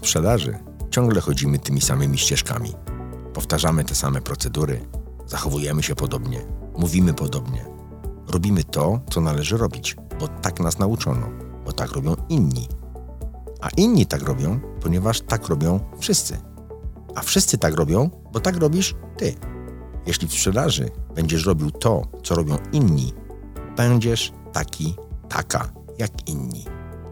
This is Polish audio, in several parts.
sprzedaży ciągle chodzimy tymi samymi ścieżkami. Powtarzamy te same procedury, zachowujemy się podobnie, mówimy podobnie. Robimy to, co należy robić, bo tak nas nauczono, bo tak robią inni. A inni tak robią, ponieważ tak robią wszyscy. A wszyscy tak robią, bo tak robisz ty. Jeśli w sprzedaży będziesz robił to, co robią inni, będziesz taka jak inni.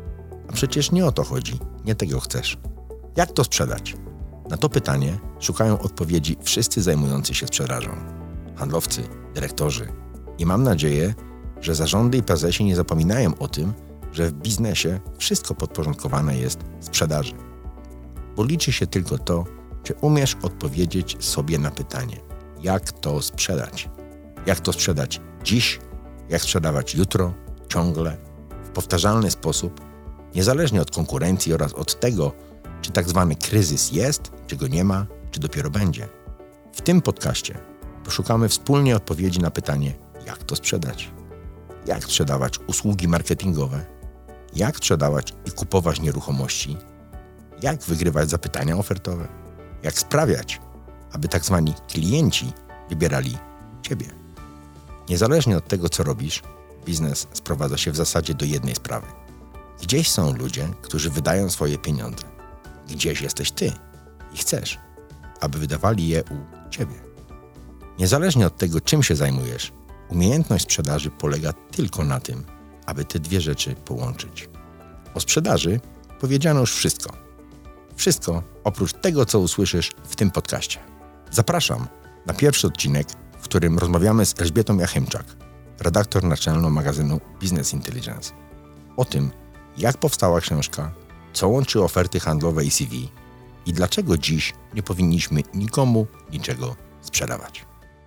A przecież nie o to chodzi, nie tego chcesz. Jak to sprzedać? Na to pytanie szukają odpowiedzi wszyscy zajmujący się sprzedażą. Handlowcy, dyrektorzy. I mam nadzieję, że zarządy i prezesi nie zapominają o tym, że w biznesie wszystko podporządkowane jest sprzedaży. Bo liczy się tylko to, czy umiesz odpowiedzieć sobie na pytanie, jak to sprzedać. Jak to sprzedać dziś, jak sprzedawać jutro, ciągle, w powtarzalny sposób, niezależnie od konkurencji oraz od tego, czy tak zwany kryzys jest, czy go nie ma, czy dopiero będzie. W tym podcaście poszukamy wspólnie odpowiedzi na pytanie, jak to sprzedać. Jak sprzedawać usługi marketingowe, jak sprzedawać i kupować nieruchomości, jak wygrywać zapytania ofertowe, jak sprawiać, aby tak zwani klienci wybierali Ciebie. Niezależnie od tego, co robisz, biznes sprowadza się w zasadzie do jednej sprawy. Gdzieś są ludzie, którzy wydają swoje pieniądze. Gdzieś jesteś Ty i chcesz, aby wydawali je u Ciebie. Niezależnie od tego, czym się zajmujesz, umiejętność sprzedaży polega tylko na tym, aby te dwie rzeczy połączyć. O sprzedaży powiedziano już wszystko. Wszystko oprócz tego, co usłyszysz w tym podcaście. Zapraszam na pierwszy odcinek, w którym rozmawiamy z Elżbietą Jachymczak, redaktor naczelną magazynu Business Intelligence. O tym, jak powstała książka, co łączy oferty handlowe i CV i dlaczego dziś nie powinniśmy nikomu niczego sprzedawać.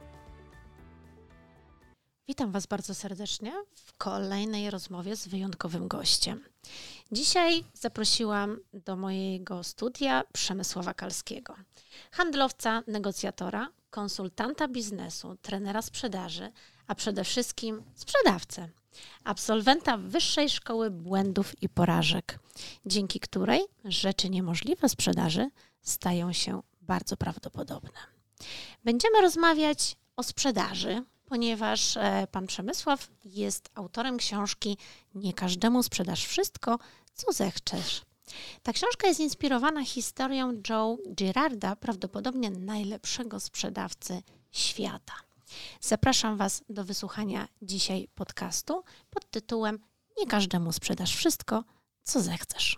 Witam Was bardzo serdecznie w kolejnej rozmowie z wyjątkowym gościem. Dzisiaj zaprosiłam do mojego studia Przemysława Kalskiego, handlowca, negocjatora, konsultanta biznesu, trenera sprzedaży, a przede wszystkim sprzedawcę, absolwenta Wyższej Szkoły Błędów i Porażek, dzięki której rzeczy niemożliwe w sprzedaży stają się bardzo prawdopodobne. Będziemy rozmawiać o sprzedaży, ponieważ pan Przemysław jest autorem książki Nie każdemu sprzedasz wszystko, co zechcesz. Ta książka jest inspirowana historią Joe Girarda, prawdopodobnie najlepszego sprzedawcy świata. Zapraszam Was do wysłuchania dzisiaj podcastu pod tytułem Nie każdemu sprzedasz wszystko, co zechcesz.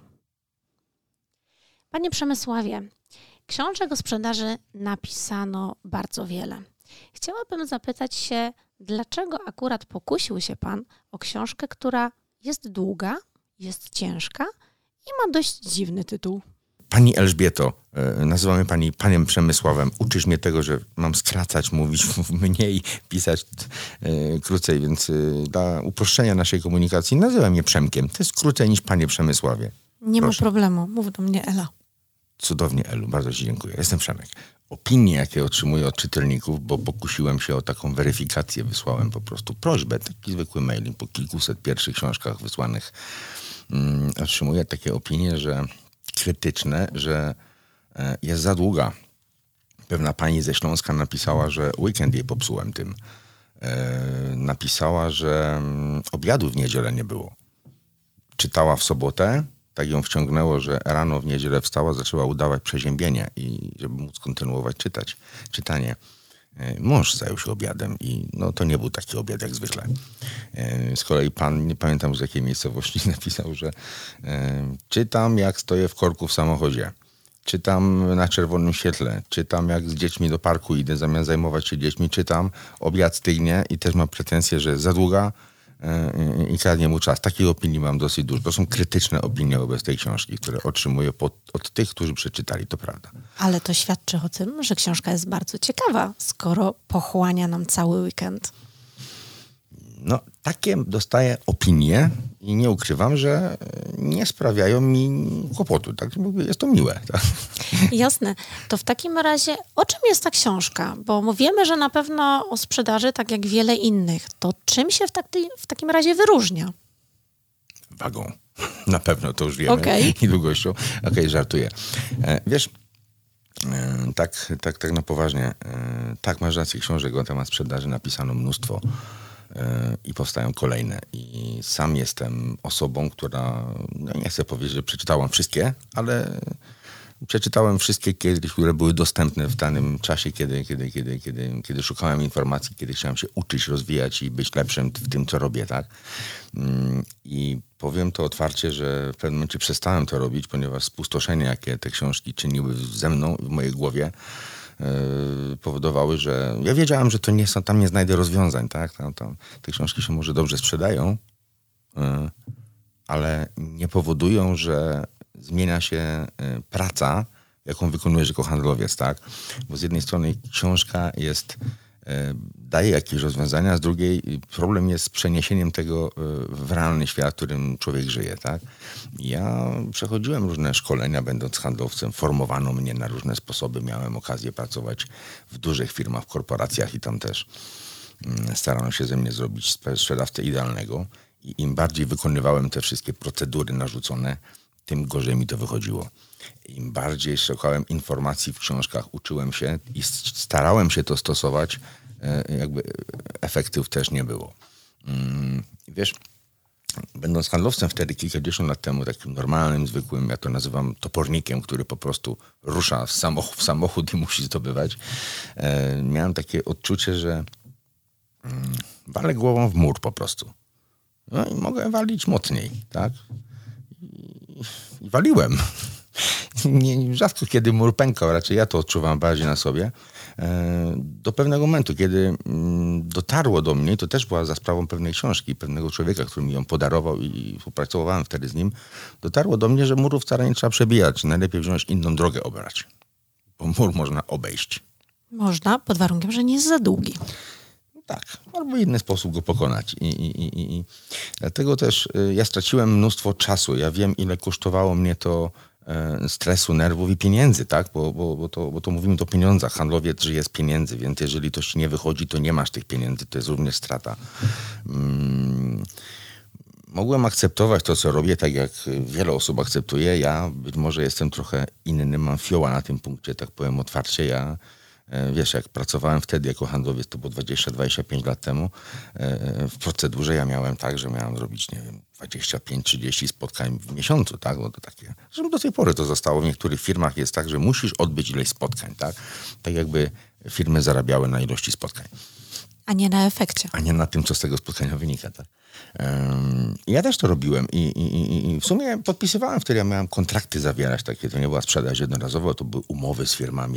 Panie Przemysławie, książek o sprzedaży napisano bardzo wiele. Chciałabym zapytać się, dlaczego akurat pokusił się Pan o książkę, która jest długa, jest ciężka i ma dość dziwny tytuł? Pani Elżbieto, nazywamy Pani Panem Przemysławem. Uczysz mnie tego, że mam skracać, mówić mniej, pisać krócej, więc dla uproszczenia naszej komunikacji nazywam mnie Przemkiem. To jest krócej niż Panie Przemysławie. Nie ma problemu, mów do mnie Ela. Cudownie, Elu, bardzo Ci dziękuję. Jestem Przemek. Opinie, jakie otrzymuję od czytelników, bo pokusiłem się o taką weryfikację, wysłałem po prostu prośbę, taki zwykły mail po kilkuset pierwszych książkach wysłanych. Otrzymuję takie opinie, że krytyczne, że jest za długa. Pewna pani ze Śląska napisała, że weekend jej popsułem tym. Napisała, że obiadu w niedzielę nie było. Czytała w sobotę, tak ją wciągnęło, że rano w niedzielę wstała, zaczęła udawać przeziębienie i żeby móc kontynuować czytanie. Mąż zajął się obiadem i no, to nie był taki obiad jak zwykle. Z kolei pan, nie pamiętam z jakiej miejscowości, napisał, że czytam jak stoję w korku w samochodzie, czytam na czerwonym świetle, czytam jak z dziećmi do parku idę, zamiast zajmować się dziećmi, czytam, obiad stygnie i też mam pretensję, że za długa i kradnie mu czas. Takiej opinii mam dosyć dużo. To są krytyczne opinie wobec tej książki, które otrzymuję od tych, którzy przeczytali, to prawda. Ale to świadczy o tym, że książka jest bardzo ciekawa, skoro pochłania nam cały weekend. No, takie dostaję opinie i nie ukrywam, że nie sprawiają mi kłopotu. Tak? Jest to miłe. Tak? Jasne. To w takim razie o czym jest ta książka? Bo wiemy, że na pewno o sprzedaży, tak jak wiele innych. To czym się w takim razie wyróżnia? Wagą. Na pewno, to już wiemy. Okej. I długością. Okej, żartuję. Wiesz, tak na poważnie. Tak, masz rację, książek na temat sprzedaży napisano mnóstwo i powstają kolejne. I sam jestem osobą, która, nie chcę powiedzieć, że przeczytałam wszystkie, ale przeczytałem wszystkie kiedyś, które były dostępne w danym czasie, kiedy szukałem informacji, kiedy chciałem się uczyć, rozwijać i być lepszym w tym, co robię, tak? I powiem to otwarcie, że w pewnym momencie przestałem to robić, ponieważ spustoszenie, jakie te książki czyniły ze mną, w mojej głowie, powodowały, że ja wiedziałem, że to nie są, tam nie znajdę rozwiązań, tak? Tam te książki się może dobrze sprzedają, ale nie powodują, że zmienia się praca, jaką wykonujesz jako handlowiec, tak? Bo z jednej strony książka daje jakieś rozwiązania, a z drugiej problem jest z przeniesieniem tego w realny świat, w którym człowiek żyje, tak? Ja przechodziłem różne szkolenia, będąc handlowcem, formowano mnie na różne sposoby, miałem okazję pracować w dużych firmach, w korporacjach i tam też starano się ze mnie zrobić sprzedawcę idealnego i im bardziej wykonywałem te wszystkie procedury narzucone, tym gorzej mi to wychodziło. Im bardziej szukałem informacji w książkach, uczyłem się i starałem się to stosować, jakby efektów też nie było. Wiesz, będąc handlowcem wtedy kilkadziesiąt lat temu, takim normalnym, zwykłym, ja to nazywam topornikiem, który po prostu rusza w samochód i musi zdobywać, miałem takie odczucie, że walę głową w mur po prostu. No i mogę walić mocniej, tak? I waliłem. Rzadko kiedy mur pękał, raczej ja to odczuwam bardziej na sobie. Do pewnego momentu, kiedy dotarło do mnie, to też była za sprawą pewnej książki, pewnego człowieka, który mi ją podarował i współpracowałem wtedy z nim, dotarło do mnie, że murów wcale nie trzeba przebijać. Najlepiej wziąć inną drogę obrać, bo mur można obejść. Można, pod warunkiem, że nie jest za długi. Tak, albo inny sposób go pokonać. I dlatego też ja straciłem mnóstwo czasu. Ja wiem, ile kosztowało mnie to stresu, nerwów i pieniędzy, tak? Bo to mówimy o pieniądzach. Handlowiec żyje z pieniędzy, więc jeżeli to ci nie wychodzi, to nie masz tych pieniędzy. To jest również strata. Mogłem akceptować to, co robię, tak jak wiele osób akceptuje. Ja być może jestem trochę inny, mam fioła na tym punkcie, tak powiem otwarcie. Ja wiesz, jak pracowałem wtedy jako handlowiec, to było 20-25 lat temu, w procedurze ja miałem tak, że miałem robić, nie wiem, 25-30 spotkań w miesiącu, tak? Bo to takie, że do tej pory to zostało. W niektórych firmach jest tak, że musisz odbyć ileś spotkań, tak? Tak jakby firmy zarabiały na ilości spotkań. A nie na efekcie. A nie na tym, co z tego spotkania wynika, tak? Ja też to robiłem i w sumie podpisywałem wtedy, ja miałem kontrakty zawierać takie, to nie była sprzedaż jednorazowa, to były umowy z firmami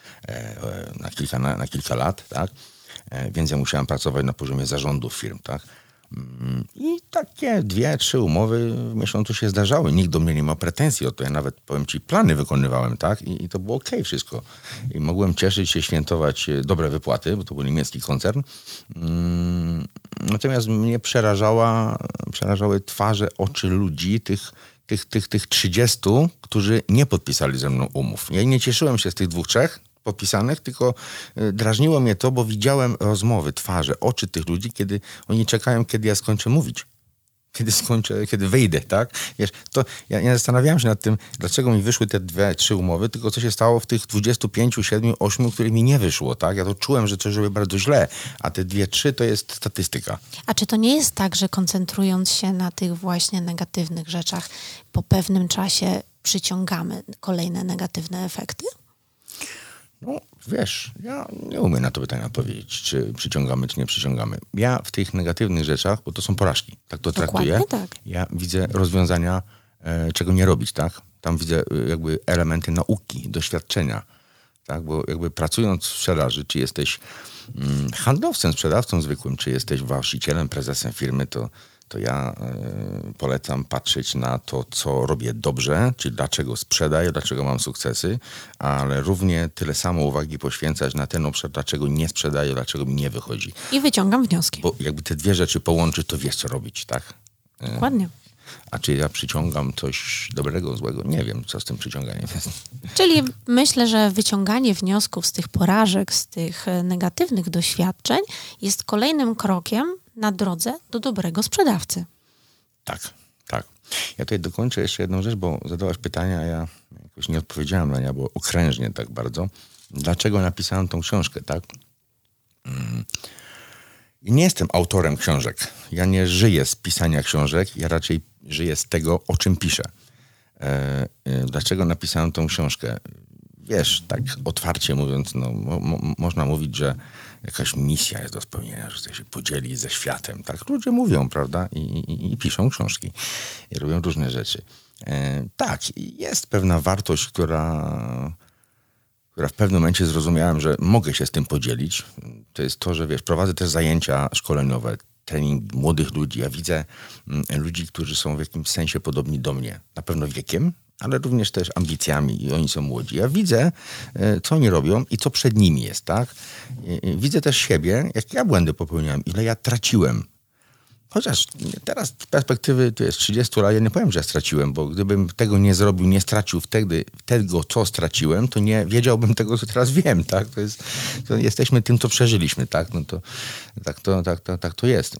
na kilka lat, tak? Więc ja musiałem pracować na poziomie zarządów firm, tak? I takie 2-3 umowy w miesiącu się zdarzały. Nikt do mnie nie ma pretensji o to. Ja nawet, powiem ci, plany wykonywałem, tak? I to było okej wszystko. I mogłem cieszyć się, świętować dobre wypłaty, bo to był niemiecki koncern. Natomiast mnie przerażały twarze, oczy ludzi, tych 30, którzy nie podpisali ze mną umów. Ja nie cieszyłem się z tych 2-3 podpisanych, tylko drażniło mnie to, bo widziałem rozmowy, twarze, oczy tych ludzi, kiedy oni czekają, kiedy ja skończę mówić. Kiedy wyjdę, tak? Wiesz, to ja nie zastanawiałem się nad tym, dlaczego mi wyszły te 2-3 umowy, tylko co się stało w tych 25, 7, 8, których mi nie wyszło, tak? Ja to czułem, że coś robię bardzo źle, a te 2-3 to jest statystyka. A czy to nie jest tak, że koncentrując się na tych właśnie negatywnych rzeczach, po pewnym czasie przyciągamy kolejne negatywne efekty? No, wiesz, ja nie umiem na to pytanie odpowiedzieć, czy przyciągamy, czy nie przyciągamy. Ja w tych negatywnych rzeczach, bo to są porażki, tak to traktuję. Dokładnie tak. Ja widzę rozwiązania, czego nie robić, tak? Tam widzę jakby elementy nauki, doświadczenia, tak? Bo jakby pracując w sprzedaży, czy jesteś handlowcem, sprzedawcą zwykłym, czy jesteś właścicielem, prezesem firmy, to ja polecam patrzeć na to, co robię dobrze, czyli dlaczego sprzedaję, dlaczego mam sukcesy, ale równie tyle samo uwagi poświęcać na ten obszar, dlaczego nie sprzedaję, dlaczego mi nie wychodzi. I wyciągam wnioski. Bo jakby te dwie rzeczy połączyć, to wiesz, co robić, tak? Dokładnie. A czy ja przyciągam coś dobrego, złego? Nie wiem, co z tym przyciąganiem jest. Czyli myślę, że wyciąganie wniosków z tych porażek, z tych negatywnych doświadczeń jest kolejnym krokiem na drodze do dobrego sprzedawcy. Tak, tak. Ja tutaj dokończę jeszcze jedną rzecz, bo zadałaś pytania, a ja jakoś nie odpowiedziałem na nie, bo okrężnie tak bardzo. Dlaczego napisałem tą książkę, tak? Nie jestem autorem książek. Ja nie żyję z pisania książek, ja raczej żyję z tego, o czym piszę. Dlaczego napisałem tą książkę? Wiesz, tak otwarcie mówiąc, można mówić, że jakaś misja jest do spełnienia, że chce się podzielić ze światem. Tak ludzie mówią, prawda? I piszą książki. I robią różne rzeczy. Tak, jest pewna wartość, która w pewnym momencie zrozumiałem, że mogę się z tym podzielić. To jest to, że wiesz, prowadzę też zajęcia szkoleniowe, trening młodych ludzi. Ja widzę ludzi, którzy są w jakimś sensie podobni do mnie. Na pewno wiekiem, ale również też ambicjami i oni są młodzi. Ja widzę, co oni robią i co przed nimi jest, tak? Widzę też siebie, jak ja błędy popełniałem, ile ja traciłem. Chociaż teraz z perspektywy to jest 30 lat, ja nie powiem, że ja straciłem, bo gdybym tego nie zrobił, nie stracił wtedy tego, co straciłem, to nie wiedziałbym tego, co teraz wiem, tak? To jesteśmy tym, co przeżyliśmy, tak? No to tak to jest.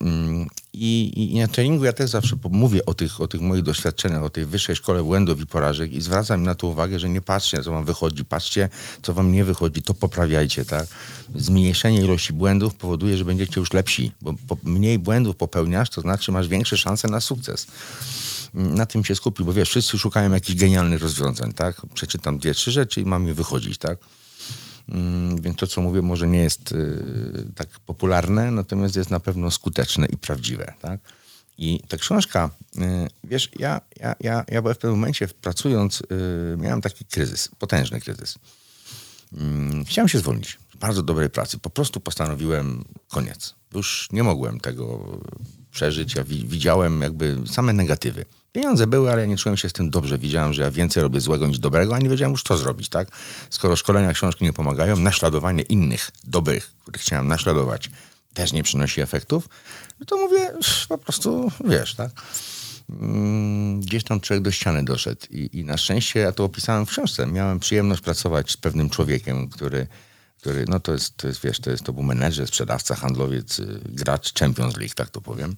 I na treningu ja też zawsze mówię o tych moich doświadczeniach, o tej wyższej szkole błędów i porażek i zwracam na to uwagę, że nie patrzcie, co wam wychodzi, patrzcie, co wam nie wychodzi, to poprawiajcie, tak? Zmniejszenie ilości błędów powoduje, że będziecie już lepsi, bo mniej błędów popełniasz, to znaczy masz większe szanse na sukces. Na tym się skupił, bo wiesz, wszyscy szukają jakichś genialnych rozwiązań, tak? Przeczytam 2-3 rzeczy i mam je wychodzić, tak? Więc to, co mówię, może nie jest tak popularne, natomiast jest na pewno skuteczne i prawdziwe, tak? I ta książka, wiesz, ja w pewnym momencie pracując miałem taki kryzys, potężny kryzys. Chciałem się zwolnić z bardzo dobrej pracy. Po prostu postanowiłem koniec. Już nie mogłem tego przeżyć. Ja widziałem jakby same negatywy. Pieniądze były, ale ja nie czułem się z tym dobrze. Widziałem, że ja więcej robię złego niż dobrego, a nie wiedziałem już, co zrobić, tak? Skoro szkolenia, książki nie pomagają, naśladowanie innych dobrych, których chciałem naśladować, też nie przynosi efektów, no to mówię, po prostu, wiesz, tak? Gdzieś tam człowiek do ściany doszedł i na szczęście ja to opisałem w książce. Miałem przyjemność pracować z pewnym człowiekiem, który no to jest, wiesz, to był menedżer, sprzedawca, handlowiec, gracz Champions League, tak to powiem,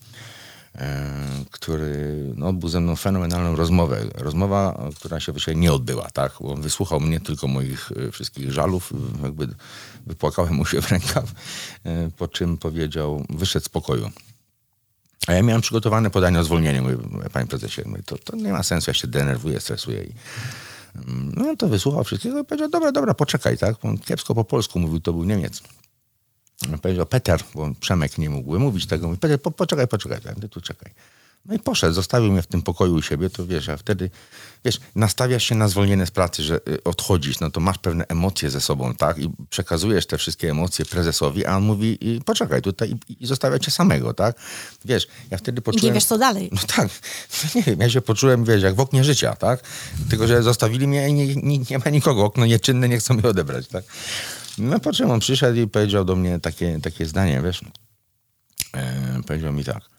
który odbył ze mną fenomenalną rozmowę. Rozmowa, która się właściwie nie odbyła, tak? Bo on wysłuchał mnie tylko moich wszystkich żalów, jakby wypłakałem mu się w rękaw, po czym powiedział, wyszedł z pokoju. A ja miałem przygotowane podanie o zwolnienie. Mówię, panie prezesie, to nie ma sensu, ja się denerwuję, stresuję. No to wysłuchał wszystkiego i powiedział, dobra, poczekaj, tak? On kiepsko po polsku mówił, to był Niemiec. Powiedział, Peter, bo Przemek nie mógł mówić tego. Mówi, Peter, poczekaj, ty tu czekaj. No i poszedł, zostawił mnie w tym pokoju u siebie, to wiesz, a wtedy, wiesz, nastawiasz się na zwolnienie z pracy, że odchodzisz, no to masz pewne emocje ze sobą, tak? I przekazujesz te wszystkie emocje prezesowi, a on mówi, poczekaj tutaj i zostawia cię samego, tak? Wiesz, ja wtedy poczułem... I nie wiesz, co dalej. No tak, nie wiem, ja się poczułem, wiesz, jak w oknie życia, tak? Tylko, że zostawili mnie i nie ma nikogo, okno nieczynne, nie chcą mnie odebrać, tak? No po czym on przyszedł i powiedział do mnie takie zdanie, wiesz? Powiedział mi tak.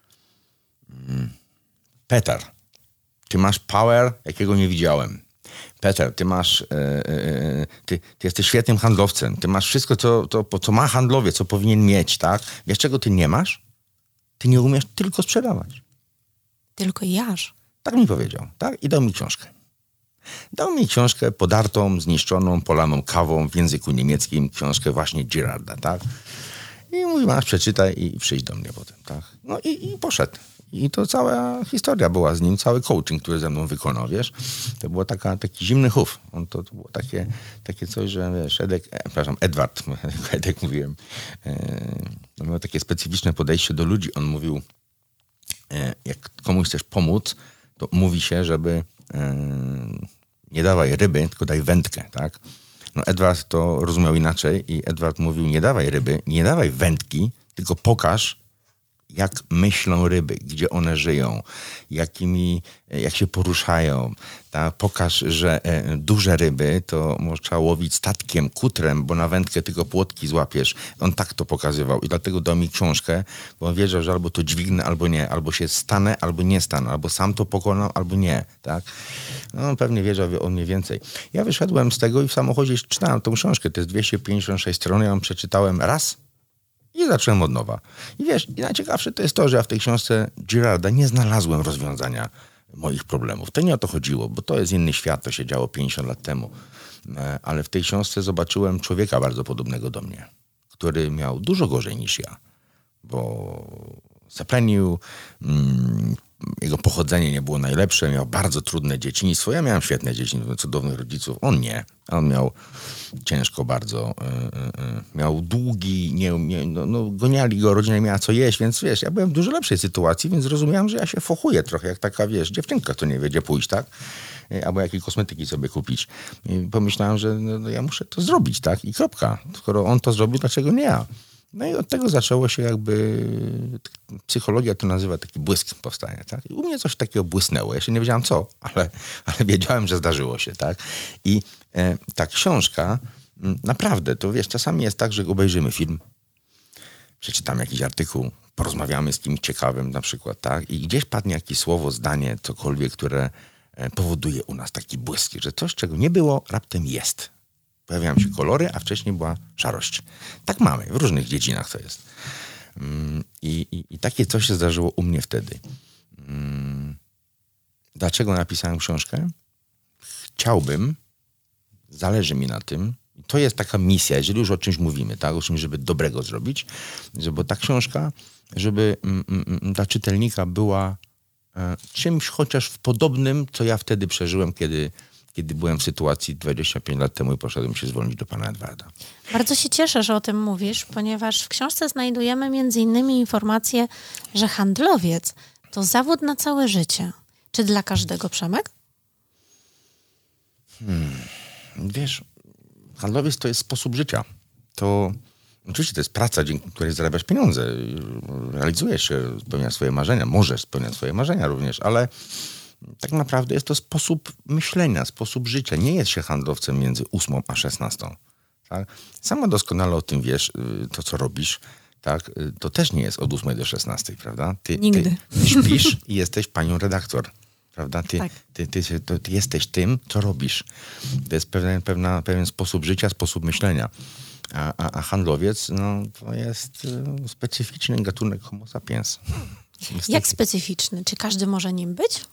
Peter, ty masz power, jakiego nie widziałem. Peter, ty masz, ty jesteś świetnym handlowcem. Ty masz wszystko, co ma handlowiec, co powinien mieć, tak? Wiesz, czego ty nie masz? Ty nie umiesz tylko sprzedawać. Tylko jaż. Tak mi powiedział, tak? I dał mi książkę. Dał mi książkę podartą, zniszczoną, polaną kawą w języku niemieckim, książkę właśnie Girarda, tak? I mówi, masz, przeczytaj i przyjdź do mnie potem, tak? No i poszedł. I to cała historia była z nim, cały coaching, który ze mną wykonał, wiesz? To było taki zimny chów. To było takie coś, że wiesz, Edward mówiłem, miał takie specyficzne podejście do ludzi. On mówił, jak komuś chcesz pomóc, to mówi się, żeby nie dawaj ryby, tylko daj wędkę, tak? No Edward to rozumiał inaczej i Edward mówił, nie dawaj ryby, nie dawaj wędki, tylko pokaż, jak myślą ryby, gdzie one żyją, jak się poruszają. Pokaż, że duże ryby to trzeba łowić statkiem, kutrem, bo na wędkę tylko płotki złapiesz. On tak to pokazywał i dlatego dał mi książkę, bo on wiedział, że albo to dźwignę, albo nie, albo się stanę, albo nie stanę, albo sam to pokonam, albo nie. Tak? No, on pewnie wiedział o mnie więcej. Ja wyszedłem z tego i w samochodzie czytałem tą książkę. To jest 256 stron, ja ją przeczytałem raz i zacząłem od nowa. I wiesz, i najciekawsze to jest to, że ja w tej książce Girarda nie znalazłem rozwiązania moich problemów. To nie o to chodziło, bo to jest inny świat, to się działo 50 lat temu. Ale w tej książce zobaczyłem człowieka bardzo podobnego do mnie, który miał dużo gorzej niż ja, bo zaplenił, jego pochodzenie nie było najlepsze, miał bardzo trudne dzieciństwo. Ja miałem świetne dzieciństwo, cudownych rodziców, on nie. On miał ciężko bardzo, miał długi, goniali go, rodzina nie miała co jeść, więc wiesz, ja byłem w dużo lepszej sytuacji, więc zrozumiałem, że ja się fochuję trochę, jak taka, wiesz, dziewczynka, co nie wie, gdzie pójść, tak? Albo jakie kosmetyki sobie kupić. I pomyślałem, że ja muszę to zrobić, tak? I kropka. Skoro on to zrobił, dlaczego nie ja? No i od tego zaczęło się jakby, psychologia to nazywa taki błysk powstania, tak? I u mnie coś takiego błysnęło. Ja się nie wiedziałem co, ale wiedziałem, że zdarzyło się, tak? I ta książka, naprawdę, to wiesz, czasami jest tak, że obejrzymy film, przeczytamy jakiś artykuł, porozmawiamy z kimś ciekawym na przykład, tak? I gdzieś padnie jakieś słowo, zdanie, cokolwiek, które powoduje u nas taki błysk, że coś, czego nie było, raptem jest. Pojawiają się kolory, a wcześniej była szarość. Tak mamy, w różnych dziedzinach to jest. I takie coś się zdarzyło u mnie wtedy. Dlaczego napisałem książkę? Chciałbym, zależy mi na tym, to jest taka misja, jeżeli już o czymś mówimy, tak, o czymś, żeby dobrego zrobić, żeby ta książka, żeby dla czytelnika była czymś chociaż w podobnym, co ja wtedy przeżyłem, kiedy byłem w sytuacji 25 lat temu i poszedłem się zwolnić do pana Edwarda. Bardzo się cieszę, że o tym mówisz, ponieważ w książce znajdujemy między innymi informację, że handlowiec to zawód na całe życie. Czy dla każdego, Przemek? Wiesz, handlowiec to jest sposób życia. To oczywiście to jest praca, dzięki której zarabiasz pieniądze. Realizujesz się, spełniasz swoje marzenia. Możesz spełniać swoje marzenia również, ale tak naprawdę jest to sposób myślenia, sposób życia. Nie jest się handlowcem między 8 a 16. Tak? Sama doskonale o tym wiesz, to co robisz, tak? To też nie jest od 8 do 16, prawda? Nigdy. Ty śpisz i jesteś panią redaktor, prawda? Ty jesteś tym, co robisz. To jest pewien sposób życia, sposób myślenia. A handlowiec, no, to jest specyficzny gatunek homo sapiens. Jak specyficzny? Czy każdy może nim być?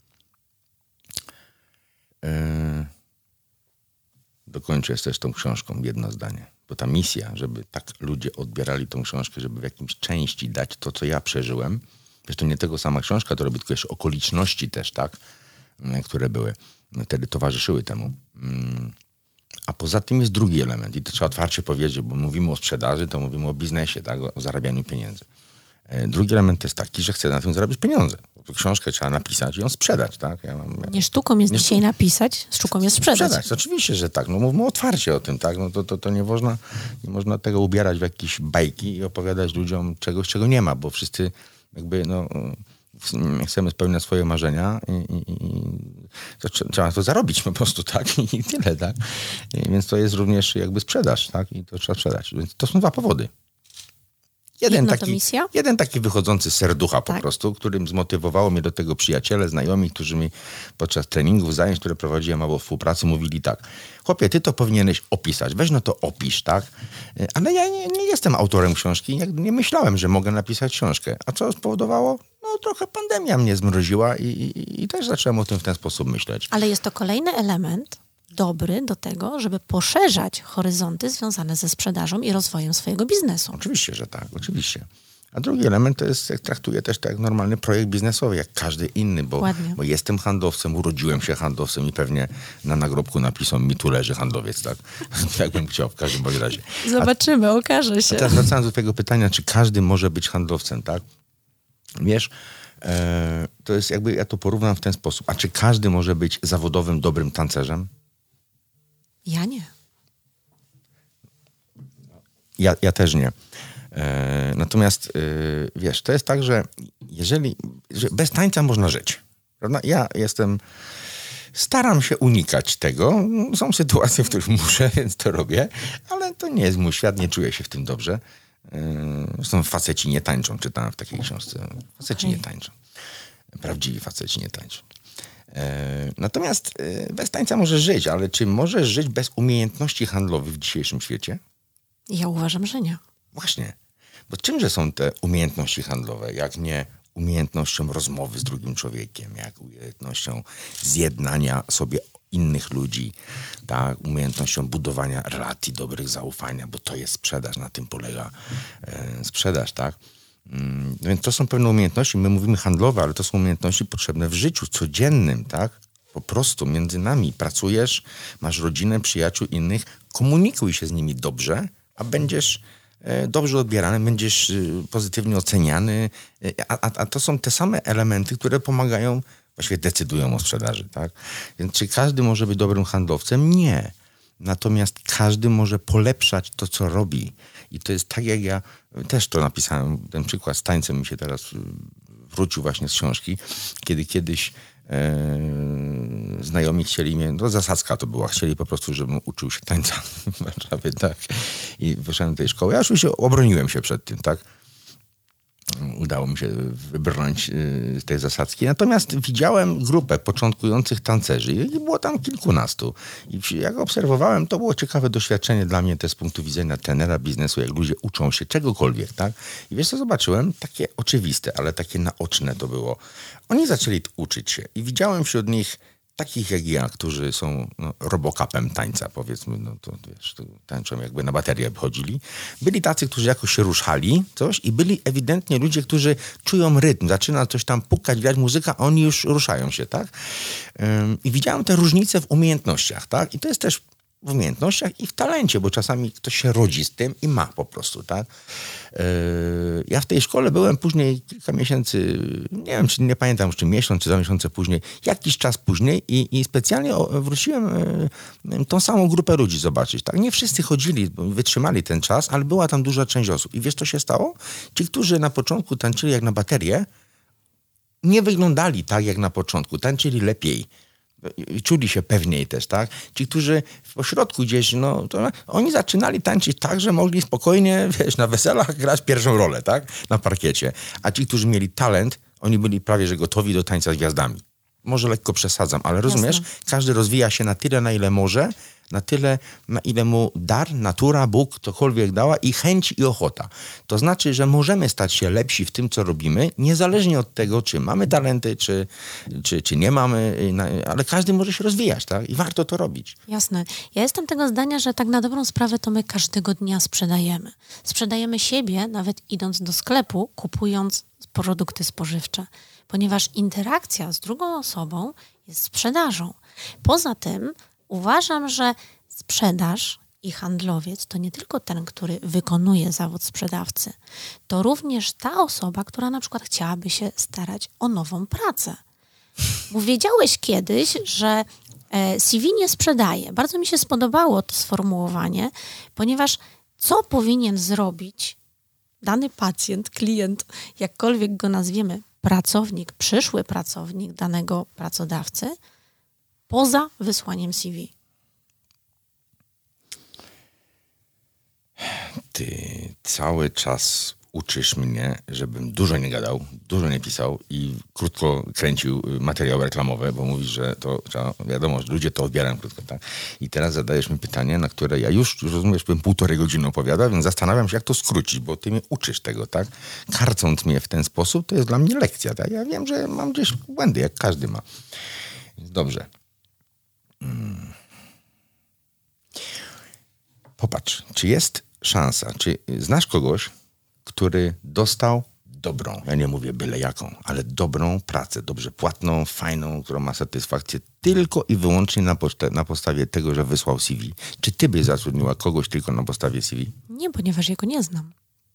Dokończę też tą książką jedno zdanie, bo ta misja, żeby tak ludzie odbierali tą książkę, żeby w jakimś części dać to, co ja przeżyłem, wiesz, to nie tego sama książka to robi, tylko jeszcze okoliczności też, tak, które były, wtedy towarzyszyły temu. A poza tym jest drugi element i to trzeba otwarcie powiedzieć, bo mówimy o sprzedaży, to mówimy o biznesie, tak, o zarabianiu pieniędzy. Drugi element jest taki, że chcę na tym zarabiać pieniądze. Książkę trzeba napisać i ją sprzedać, tak? Nie sztuką jest dzisiaj napisać, sztuką jest sprzedać. Oczywiście, że tak. No mówmy otwarcie o tym, tak? No to nie można tego ubierać w jakieś bajki i opowiadać ludziom czegoś, czego nie ma, bo wszyscy jakby, chcemy spełniać swoje marzenia i trzeba to zarobić po prostu, tak? I tyle, tak? Więc to jest również jakby sprzedaż, tak? I to trzeba sprzedać. Więc to są dwa powody. Jeden taki wychodzący z serducha po prostu, którym zmotywowało mnie do tego przyjaciele, znajomi, którzy mi podczas treningów, zajęć, które prowadziłem albo współpracy, mówili tak: chłopie, ty to powinieneś opisać, weź no to opisz, tak? Ale ja nie jestem autorem książki, nie myślałem, że mogę napisać książkę. A co spowodowało? No trochę pandemia mnie zmroziła i też zacząłem o tym w ten sposób myśleć. Ale jest to kolejny element dobry do tego, żeby poszerzać horyzonty związane ze sprzedażą i rozwojem swojego biznesu. Oczywiście, że tak, oczywiście. A drugi element to jest, traktuję też tak jak normalny projekt biznesowy, jak każdy inny, bo jestem handlowcem, urodziłem się handlowcem i pewnie na nagrobku napiszą mi tu leży handlowiec, tak? Jakbym chciał w każdym bądź razie. Zobaczymy, okaże się. A teraz wracając do tego pytania, czy każdy może być handlowcem, tak? Wiesz, to jest jakby, ja to porównam w ten sposób. A czy każdy może być zawodowym, dobrym tancerzem? Ja nie. Ja też nie. Natomiast wiesz, to jest tak, że że bez tańca można żyć. Prawda? Staram się unikać tego. Są sytuacje, w których muszę, więc to robię, ale to nie jest mój świat, nie czuję się w tym dobrze. Zresztą faceci nie tańczą, czytałem w takiej książce. Faceci nie tańczą. Prawdziwi faceci nie tańczą. Natomiast bez tańca możesz żyć, ale czy możesz żyć bez umiejętności handlowych w dzisiejszym świecie? Ja uważam, że nie. Właśnie. Bo czymże są te umiejętności handlowe, jak nie umiejętnością rozmowy z drugim człowiekiem, jak umiejętnością zjednania sobie innych ludzi, tak, umiejętnością budowania relacji dobrych, zaufania, bo to jest sprzedaż, na tym polega sprzedaż, tak. No więc to są pewne umiejętności, my mówimy handlowe, ale to są umiejętności potrzebne w życiu codziennym, tak. Po prostu między nami pracujesz, masz rodzinę, przyjaciół innych, komunikuj się z nimi dobrze, a będziesz dobrze odbierany, będziesz pozytywnie oceniany, a to są te same elementy, które pomagają, właściwie decydują o sprzedaży, tak? Więc czy każdy może być dobrym handlowcem? Nie. Natomiast każdy może polepszać to, co robi. I to jest tak, jak ja też to napisałem, ten przykład z tańcem mi się teraz wrócił właśnie z książki, kiedy kiedyś znajomi chcieli mnie, no zasadzka to była, chcieli po prostu, żebym uczył się tańca w Warszawie, tak. I wyszedłem do tej szkoły. Ja oczywiście obroniłem się przed tym, tak. Udało mi się wybrnąć z tej zasadzki. Natomiast widziałem grupę początkujących tancerzy i było tam kilkunastu. I jak obserwowałem, to było ciekawe doświadczenie dla mnie też z punktu widzenia trenera biznesu, jak ludzie uczą się czegokolwiek, tak? I wiesz co zobaczyłem? Takie oczywiste, ale takie naoczne to było. Oni zaczęli uczyć się i widziałem wśród nich takich jak ja, którzy są robocapem tańca, powiedzmy, no to wiesz, to tańczą jakby na baterię chodzili. Byli tacy, którzy jakoś się ruszali, coś i byli ewidentnie ludzie, którzy czują rytm, zaczyna coś tam pukać, grać muzyka, a oni już ruszają się, tak? I widziałem te różnice w umiejętnościach, tak? I to jest też w umiejętnościach i w talencie, bo czasami ktoś się rodzi z tym i ma po prostu, tak? Ja w tej szkole byłem później kilka miesięcy, nie wiem, czy nie pamiętam, czy miesiąc, czy 2 miesiące później, jakiś czas później i specjalnie wróciłem tą samą grupę ludzi zobaczyć, tak? Nie wszyscy chodzili, wytrzymali ten czas, ale była tam duża część osób. I wiesz, co się stało? Ci, którzy na początku tańczyli jak na baterię, nie wyglądali tak jak na początku, tańczyli lepiej. Czuli się pewniej też, tak? Ci, którzy w pośrodku gdzieś, no, to oni zaczynali tańczyć tak, że mogli spokojnie, wiesz, na weselach grać pierwszą rolę, tak? Na parkiecie. A ci, którzy mieli talent, oni byli prawie, że gotowi do tańca z gwiazdami. Może lekko przesadzam, ale rozumiesz? Jasne. Każdy rozwija się na tyle, na ile może, na tyle, na ile mu dar, natura, Bóg, ktokolwiek dała i chęć i ochota. To znaczy, że możemy stać się lepsi w tym, co robimy, niezależnie od tego, czy mamy talenty, czy nie mamy, ale każdy może się rozwijać, tak? I warto to robić. Jasne. Ja jestem tego zdania, że tak na dobrą sprawę to my każdego dnia sprzedajemy. Sprzedajemy siebie, nawet idąc do sklepu, kupując produkty spożywcze, ponieważ interakcja z drugą osobą jest sprzedażą. Poza tym uważam, że sprzedaż i handlowiec to nie tylko ten, który wykonuje zawód sprzedawcy, to również ta osoba, która na przykład chciałaby się starać o nową pracę. Bo wiedziałeś kiedyś, że CV nie sprzedaje. Bardzo mi się spodobało to sformułowanie, ponieważ co powinien zrobić dany pacjent, klient, jakkolwiek go nazwiemy, pracownik, przyszły pracownik danego pracodawcy, poza wysłaniem CV? Ty cały czas uczysz mnie, żebym dużo nie gadał, dużo nie pisał i krótko kręcił materiały reklamowe, bo mówisz, że to trzeba, wiadomo, że ludzie to odbierają krótko, tak? I teraz zadajesz mi pytanie, na które ja już, rozumiesz, bym 1,5 godziny opowiadał, więc zastanawiam się, jak to skrócić, bo ty mnie uczysz tego, tak? Karcąc mnie w ten sposób, to jest dla mnie lekcja, tak? Ja wiem, że mam gdzieś błędy, jak każdy ma. Więc dobrze. Popatrz, czy jest szansa, czy znasz kogoś, który dostał dobrą, ja nie mówię byle jaką, ale dobrą pracę, dobrze płatną, fajną, która ma satysfakcję tylko i wyłącznie na podstawie tego, że wysłał CV. Czy ty byś zatrudniła kogoś tylko na podstawie CV? Nie, ponieważ ja go nie znam.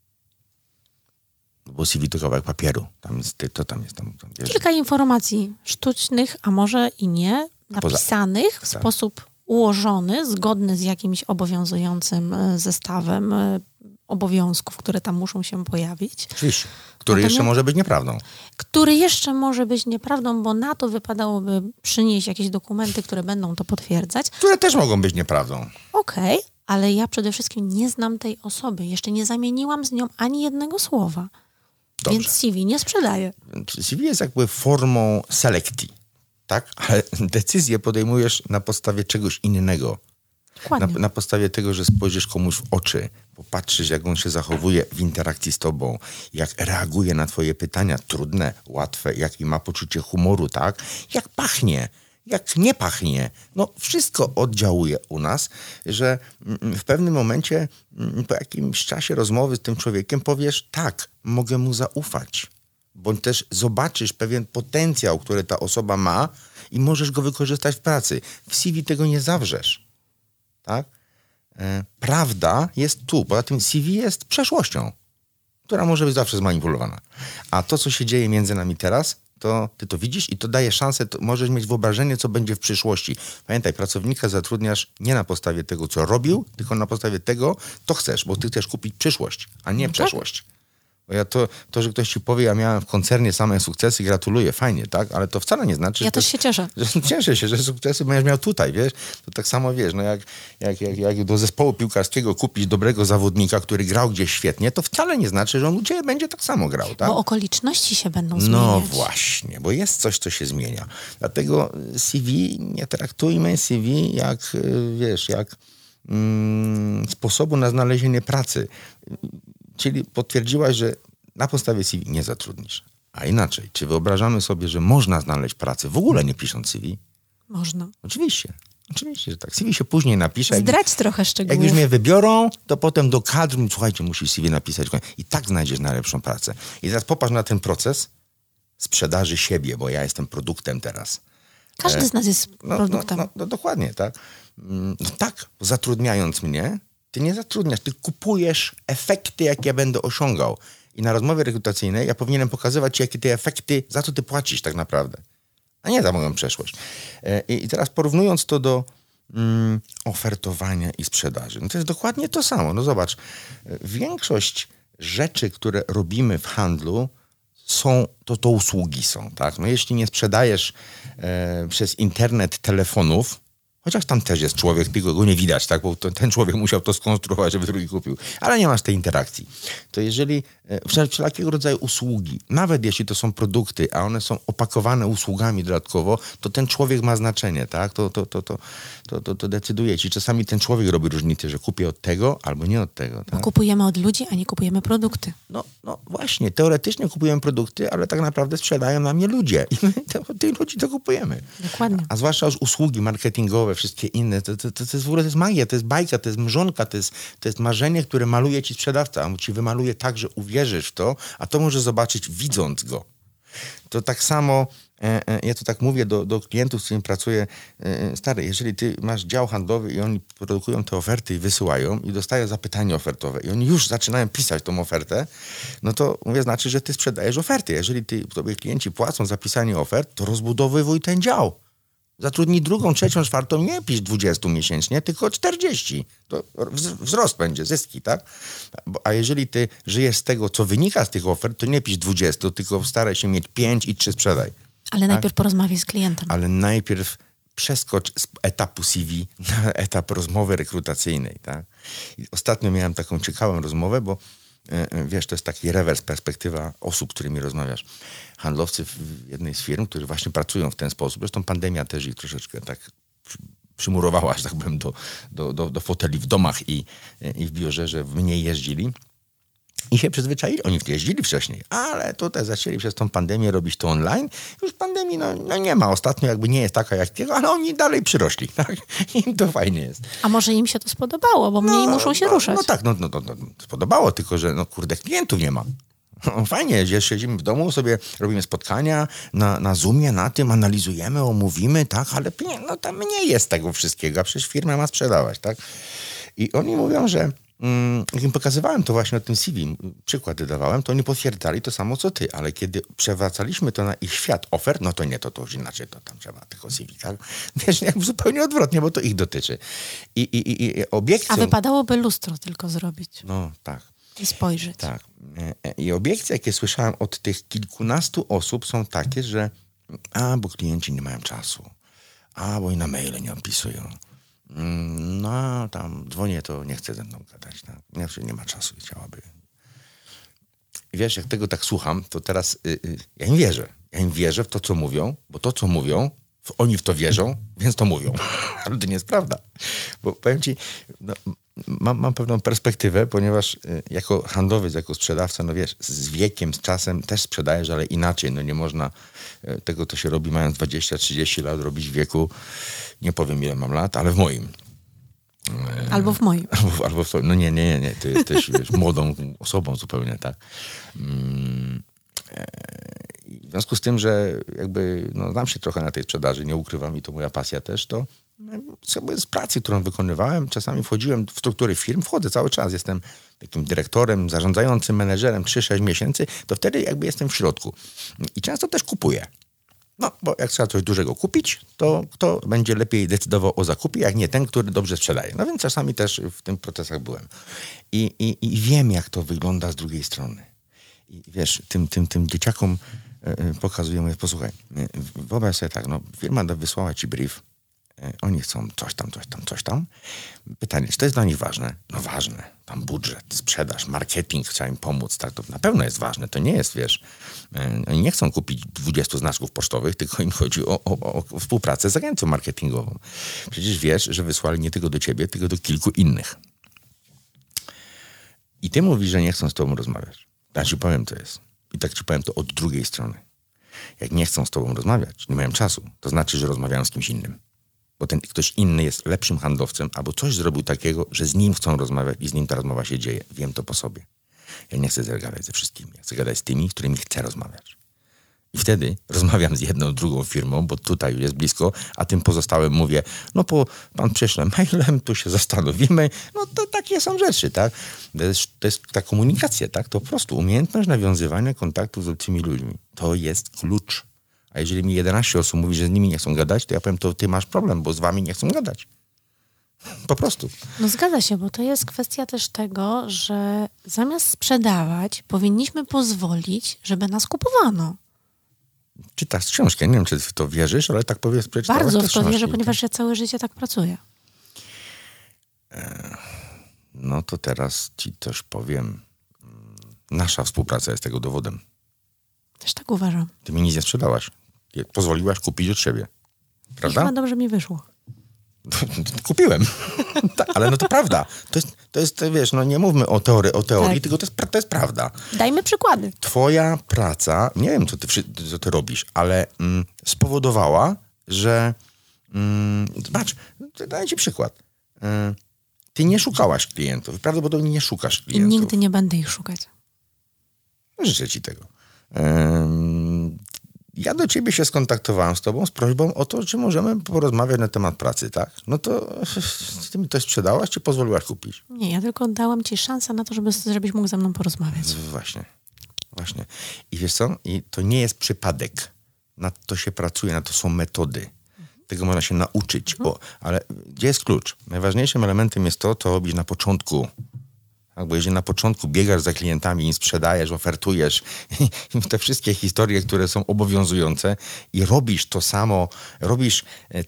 Bo CV to kawałek papieru. Tam jest, tam wiesz. Kilka informacji sztucznych, a może i nie, napisanych w sposób ułożony, zgodny z jakimś obowiązującym zestawem obowiązków, które tam muszą się pojawić. Oczywiście. Który jeszcze może być nieprawdą. Który jeszcze może być nieprawdą, bo na to wypadałoby przynieść jakieś dokumenty, które będą to potwierdzać. Które też mogą być nieprawdą. Okej, ale ja przede wszystkim nie znam tej osoby. Jeszcze nie zamieniłam z nią ani jednego słowa. Dobrze. Więc CV nie sprzedaję. CV jest jakby formą selekcji, tak? Ale decyzję podejmujesz na podstawie czegoś innego. Na podstawie tego, że spojrzysz komuś w oczy, popatrzysz, jak on się zachowuje w interakcji z tobą, jak reaguje na twoje pytania, trudne, łatwe, jaki ma poczucie humoru, tak? Jak pachnie, jak nie pachnie. No wszystko oddziałuje u nas, że w pewnym momencie, po jakimś czasie rozmowy z tym człowiekiem powiesz, tak, mogę mu zaufać. Bądź też zobaczysz pewien potencjał, który ta osoba ma i możesz go wykorzystać w pracy. W CV tego nie zawrzesz. Tak? Prawda jest tu. Poza tym CV jest przeszłością, która może być zawsze zmanipulowana. A to, co się dzieje między nami teraz, to ty to widzisz i to daje szansę, to możesz mieć wyobrażenie, co będzie w przyszłości. Pamiętaj, pracownika zatrudniasz nie na podstawie tego, co robił, tylko na podstawie tego, co chcesz, bo ty chcesz kupić przyszłość, a nie przeszłość. Bo to, że ktoś ci powie, ja miałem w koncernie same sukcesy, gratuluję, fajnie, tak? Ale to wcale nie znaczy, Ja też się cieszę. Że cieszę się, że sukcesy będziesz miał tutaj, wiesz? To tak samo, wiesz, no jak do zespołu piłkarskiego kupić dobrego zawodnika, który grał gdzieś świetnie, to wcale nie znaczy, że on u ciebie będzie tak samo grał, tak? Bo okoliczności się będą zmieniać. No właśnie, bo jest coś, co się zmienia. Dlatego CV, nie traktujmy CV jak, wiesz, jak sposobu na znalezienie pracy. Czyli potwierdziłaś, że na podstawie CV nie zatrudnisz. A inaczej, czy wyobrażamy sobie, że można znaleźć pracę w ogóle nie pisząc CV? Można. Oczywiście, że tak. CV się później napisze. Zdrać trochę szczegółów. Jak już mnie wybiorą, to potem do kadr, słuchajcie, musisz CV napisać. I tak znajdziesz najlepszą pracę. I teraz popatrz na ten proces sprzedaży siebie, bo ja jestem produktem teraz. Każdy z nas jest produktem. No, dokładnie, tak. No tak, zatrudniając mnie, ty nie zatrudniasz, ty kupujesz efekty, jakie ja będę osiągał. I na rozmowie rekrutacyjnej ja powinienem pokazywać ci, jakie te efekty, za co ty płacisz tak naprawdę. A nie za moją przeszłość. I teraz porównując to do ofertowania i sprzedaży, no to jest dokładnie to samo. No zobacz, większość rzeczy, które robimy w handlu, to usługi są, tak? No jeśli nie sprzedajesz przez internet telefonów, chociaż tam też jest człowiek, tylko go nie widać, tak? Bo ten człowiek musiał to skonstruować, żeby drugi kupił. Ale nie masz tej interakcji. To jeżeli wszelkiego rodzaju usługi, nawet jeśli to są produkty, a one są opakowane usługami dodatkowo, to ten człowiek ma znaczenie, tak? To decyduje ci. Czasami ten człowiek robi różnicę, że kupię od tego albo nie od tego. Tak? Bo kupujemy od ludzi, a nie kupujemy produkty. No właśnie, teoretycznie kupujemy produkty, ale tak naprawdę sprzedają nam je ludzie. I my od tych ludzi to kupujemy. Dokładnie. A zwłaszcza już usługi marketingowe, wszystkie inne, to jest w ogóle to jest magia, to jest bajka, to jest mrzonka, to jest marzenie, które maluje ci sprzedawca. On ci wymaluje tak, że uwierzysz w to, a to możesz zobaczyć widząc go. To tak samo, ja to tak mówię do klientów, z którymi pracuję, stary, jeżeli ty masz dział handlowy i oni produkują te oferty i wysyłają i dostają zapytanie ofertowe i oni już zaczynają pisać tą ofertę, no to mówię, znaczy, że ty sprzedajesz oferty. Jeżeli tobie klienci płacą za pisanie ofert, to rozbudowywuj ten dział. Zatrudnij drugą, trzecią, czwartą, nie pisz 20 miesięcznie, tylko 40. To wzrost będzie, zyski, tak? A jeżeli ty żyjesz z tego, co wynika z tych ofert, to nie pisz 20, tylko staraj się mieć 5 i 3 sprzedaj. Ale najpierw porozmawiaj z klientem. Ale najpierw przeskocz z etapu CV na etap rozmowy rekrutacyjnej, tak? I ostatnio miałem taką ciekawą rozmowę, bo wiesz, to jest taki rewers, perspektywa osób, z którymi rozmawiasz. Handlowcy w jednej z firm, którzy właśnie pracują w ten sposób. Zresztą pandemia też ich troszeczkę tak przymurowała, że tak powiem, do foteli w domach i w biurze, że mniej jeździli. I się przyzwyczaili. Oni jeździli wcześniej, ale tutaj zaczęli przez tą pandemię robić to online. Już pandemii no nie ma. Ostatnio jakby nie jest taka jak tego, ale oni dalej przyrośli. Tak? Im to fajnie jest. A może im się to spodobało, bo mniej muszą się ruszać. No tak, spodobało, tylko że klientów nie ma. Fajnie, że siedzimy w domu, sobie robimy spotkania na Zoomie, na tym, analizujemy, omówimy, tak, ale tam nie jest tego wszystkiego, a przecież firma ma sprzedawać, tak. I oni mówią, że jak im pokazywałem to właśnie o tym CV, przykłady dawałem, to oni potwierdzali to samo co ty, ale kiedy przewracaliśmy to na ich świat ofert, no to nie, to już inaczej, to tam trzeba tylko CV, tak? Wiesz, jakby zupełnie odwrotnie, bo to ich dotyczy. I obiekcją... A wypadałoby lustro tylko zrobić. No, tak. I spojrzeć. Tak. I obiekcje, jakie słyszałem od tych kilkunastu osób są takie, że bo klienci nie mają czasu, bo i na maile nie odpisują. No, tam dzwonię, to nie chce ze mną gadać. Tak? Nie ma czasu, chciałaby. I wiesz, jak tego tak słucham, to teraz ja im wierzę. Ja im wierzę w to, co mówią, bo to, co mówią, oni w to wierzą, więc to mówią. Ale to nie jest prawda. Bo powiem ci, no, mam pewną perspektywę, ponieważ jako handlowiec, jako sprzedawca, no wiesz, z wiekiem, z czasem też sprzedajesz, ale inaczej. No nie można tego, co się robi mając 20-30 lat, robić w wieku, nie powiem ile mam lat, ale w moim. Albo w moim. Albo w twoim. No nie. Ty jesteś wiesz, młodą osobą zupełnie, tak. W związku z tym, że jakby znam się trochę na tej sprzedaży, nie ukrywam i to moja pasja też, to z pracy, którą wykonywałem, czasami wchodziłem w struktury firm, wchodzę cały czas, jestem takim dyrektorem, zarządzającym, menedżerem 3-6 miesięcy, to wtedy jakby jestem w środku. I często też kupuję. No, bo jak trzeba coś dużego kupić, to kto będzie lepiej decydował o zakupie, jak nie ten, który dobrze sprzedaje. No więc czasami też w tych procesach byłem. I wiem, jak to wygląda z drugiej strony. I wiesz, tym dzieciakom pokazuję, mówię, posłuchaj, wyobraź sobie tak, firma wysłała ci brief, oni chcą coś tam. Pytanie, czy to jest dla nich ważne? No ważne. Tam budżet, sprzedaż, marketing, trzeba im pomóc. Tak, to na pewno jest ważne. To nie jest, wiesz, oni nie chcą kupić 20 znaczków pocztowych, tylko im chodzi o współpracę z agencją marketingową. Przecież wiesz, że wysłali nie tylko do ciebie, tylko do kilku innych. I ty mówisz, że nie chcą z tobą rozmawiać. Ja ci powiem, co jest. I tak ci powiem to od drugiej strony. Jak nie chcą z tobą rozmawiać, nie mają czasu, to znaczy, że rozmawiają z kimś innym. Bo ten ktoś inny jest lepszym handlowcem, albo coś zrobił takiego, że z nim chcą rozmawiać i z nim ta rozmowa się dzieje. Wiem to po sobie. Ja nie chcę gadać ze wszystkimi. Ja chcę gadać z tymi, z którymi chcę rozmawiać. I wtedy rozmawiam z jedną, drugą firmą, bo tutaj już jest blisko, a tym pozostałym mówię, pan przyszle mailem, tu się zastanowimy. No to takie są rzeczy, tak? To jest ta komunikacja, tak? To po prostu umiejętność nawiązywania kontaktów z obcymi ludźmi. To jest klucz. A jeżeli mi 11 osób mówi, że z nimi nie chcą gadać, to ja powiem, to ty masz problem, bo z wami nie chcą gadać. Po prostu. No zgadza się, bo to jest kwestia też tego, że zamiast sprzedawać, powinniśmy pozwolić, żeby nas kupowano. Czytasz książkę, nie wiem, czy w to wierzysz, ale tak przeczytałaś Bardzo te w to wierzę, książki. ponieważ ja całe życie tak pracuję. No to teraz ci coś powiem. Nasza współpraca jest tego dowodem. Też tak uważam. Ty mi nic nie sprzedałaś. Pozwoliłaś kupić od siebie. I Prawda? chyba dobrze mi wyszło. Kupiłem. Tak, ale to prawda. To jest, wiesz, nie mówmy o teorii, Tak. tylko to jest prawda. Dajmy przykłady. Twoja praca, nie wiem, co ty robisz, ale spowodowała, że zobacz, daję ci przykład. Ty nie szukałaś klientów. Prawdopodobnie nie szukasz I klientów. nigdy nie będę ich szukać. Życzę ci tego. Ja do ciebie się skontaktowałem z tobą z prośbą o to, czy możemy porozmawiać na temat pracy, tak? No to ty mi to sprzedałaś, czy pozwoliłaś kupić? Nie, ja tylko dałam ci szansę na to, żebyś mógł ze mną porozmawiać. Właśnie. I wiesz co? I to nie jest przypadek. Na to się pracuje, na to są metody. Tego można się nauczyć. Ale gdzie jest klucz? Najważniejszym elementem jest to, co robisz na początku. Bo jeżeli na początku biegasz za klientami, im sprzedajesz, ofertujesz te wszystkie historie, które są obowiązujące i robisz to samo, robisz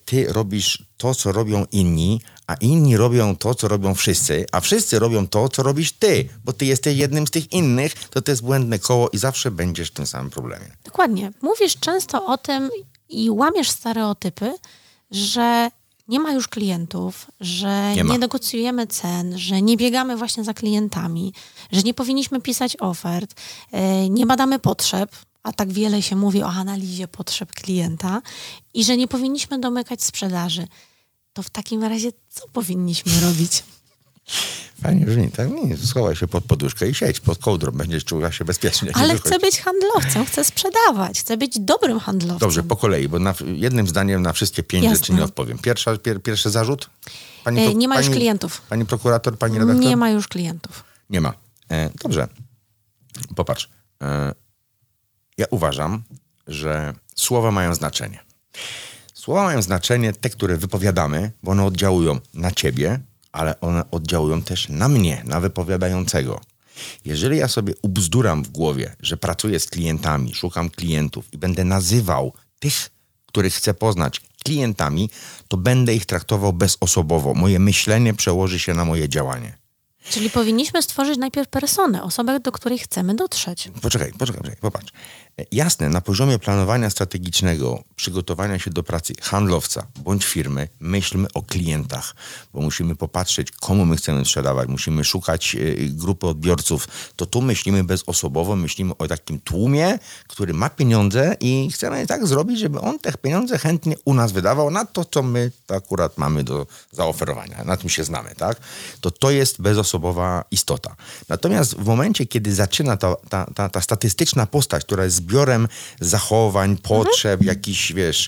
to, co robią inni, a inni robią to, co robią wszyscy, a wszyscy robią to, co robisz ty, bo ty jesteś jednym z tych innych, to jest błędne koło i zawsze będziesz w tym samym problemie. Dokładnie. Mówisz często o tym i łamiesz stereotypy, że nie ma już klientów, że nie negocjujemy cen, że nie biegamy właśnie za klientami, że nie powinniśmy pisać ofert, nie badamy potrzeb, a tak wiele się mówi o analizie potrzeb klienta i że nie powinniśmy domykać sprzedaży. To w takim razie co powinniśmy robić? Fajnie brzmi, tak? Nie, schowaj się pod poduszkę i siedź pod kołdrą, będziesz czuła się bezpiecznie. Ale chcę być handlowcem, chcę sprzedawać, chcę być dobrym handlowcem. Dobrze, po kolei, bo jednym zdaniem na wszystkie 5 rzeczy nie odpowiem. Pierwszy zarzut? Nie ma już klientów. Pani prokurator, pani redaktor? Nie ma już klientów. Nie ma. Dobrze. Popatrz. Ja uważam, że słowa mają znaczenie. Słowa mają znaczenie te, które wypowiadamy, bo one oddziałują na ciebie, ale one oddziałują też na mnie, na wypowiadającego. Jeżeli ja sobie ubzduram w głowie, że pracuję z klientami, szukam klientów i będę nazywał tych, których chcę poznać klientami, to będę ich traktował bezosobowo. Moje myślenie przełoży się na moje działanie. Czyli powinniśmy stworzyć najpierw personę, osobę, do której chcemy dotrzeć. Poczekaj, popatrz. Jasne, na poziomie planowania strategicznego, przygotowania się do pracy handlowca bądź firmy, myślmy o klientach, bo musimy popatrzeć, komu my chcemy sprzedawać, musimy szukać grupy odbiorców. To tu myślimy bezosobowo, myślimy o takim tłumie, który ma pieniądze i chcemy tak zrobić, żeby on te pieniądze chętnie u nas wydawał na to, co my akurat mamy do zaoferowania. Na tym się znamy, tak? To jest bezosobowa istota. Natomiast w momencie, kiedy zaczyna ta statystyczna postać, która jest zbiorem zachowań, potrzeb, jakichś, wiesz,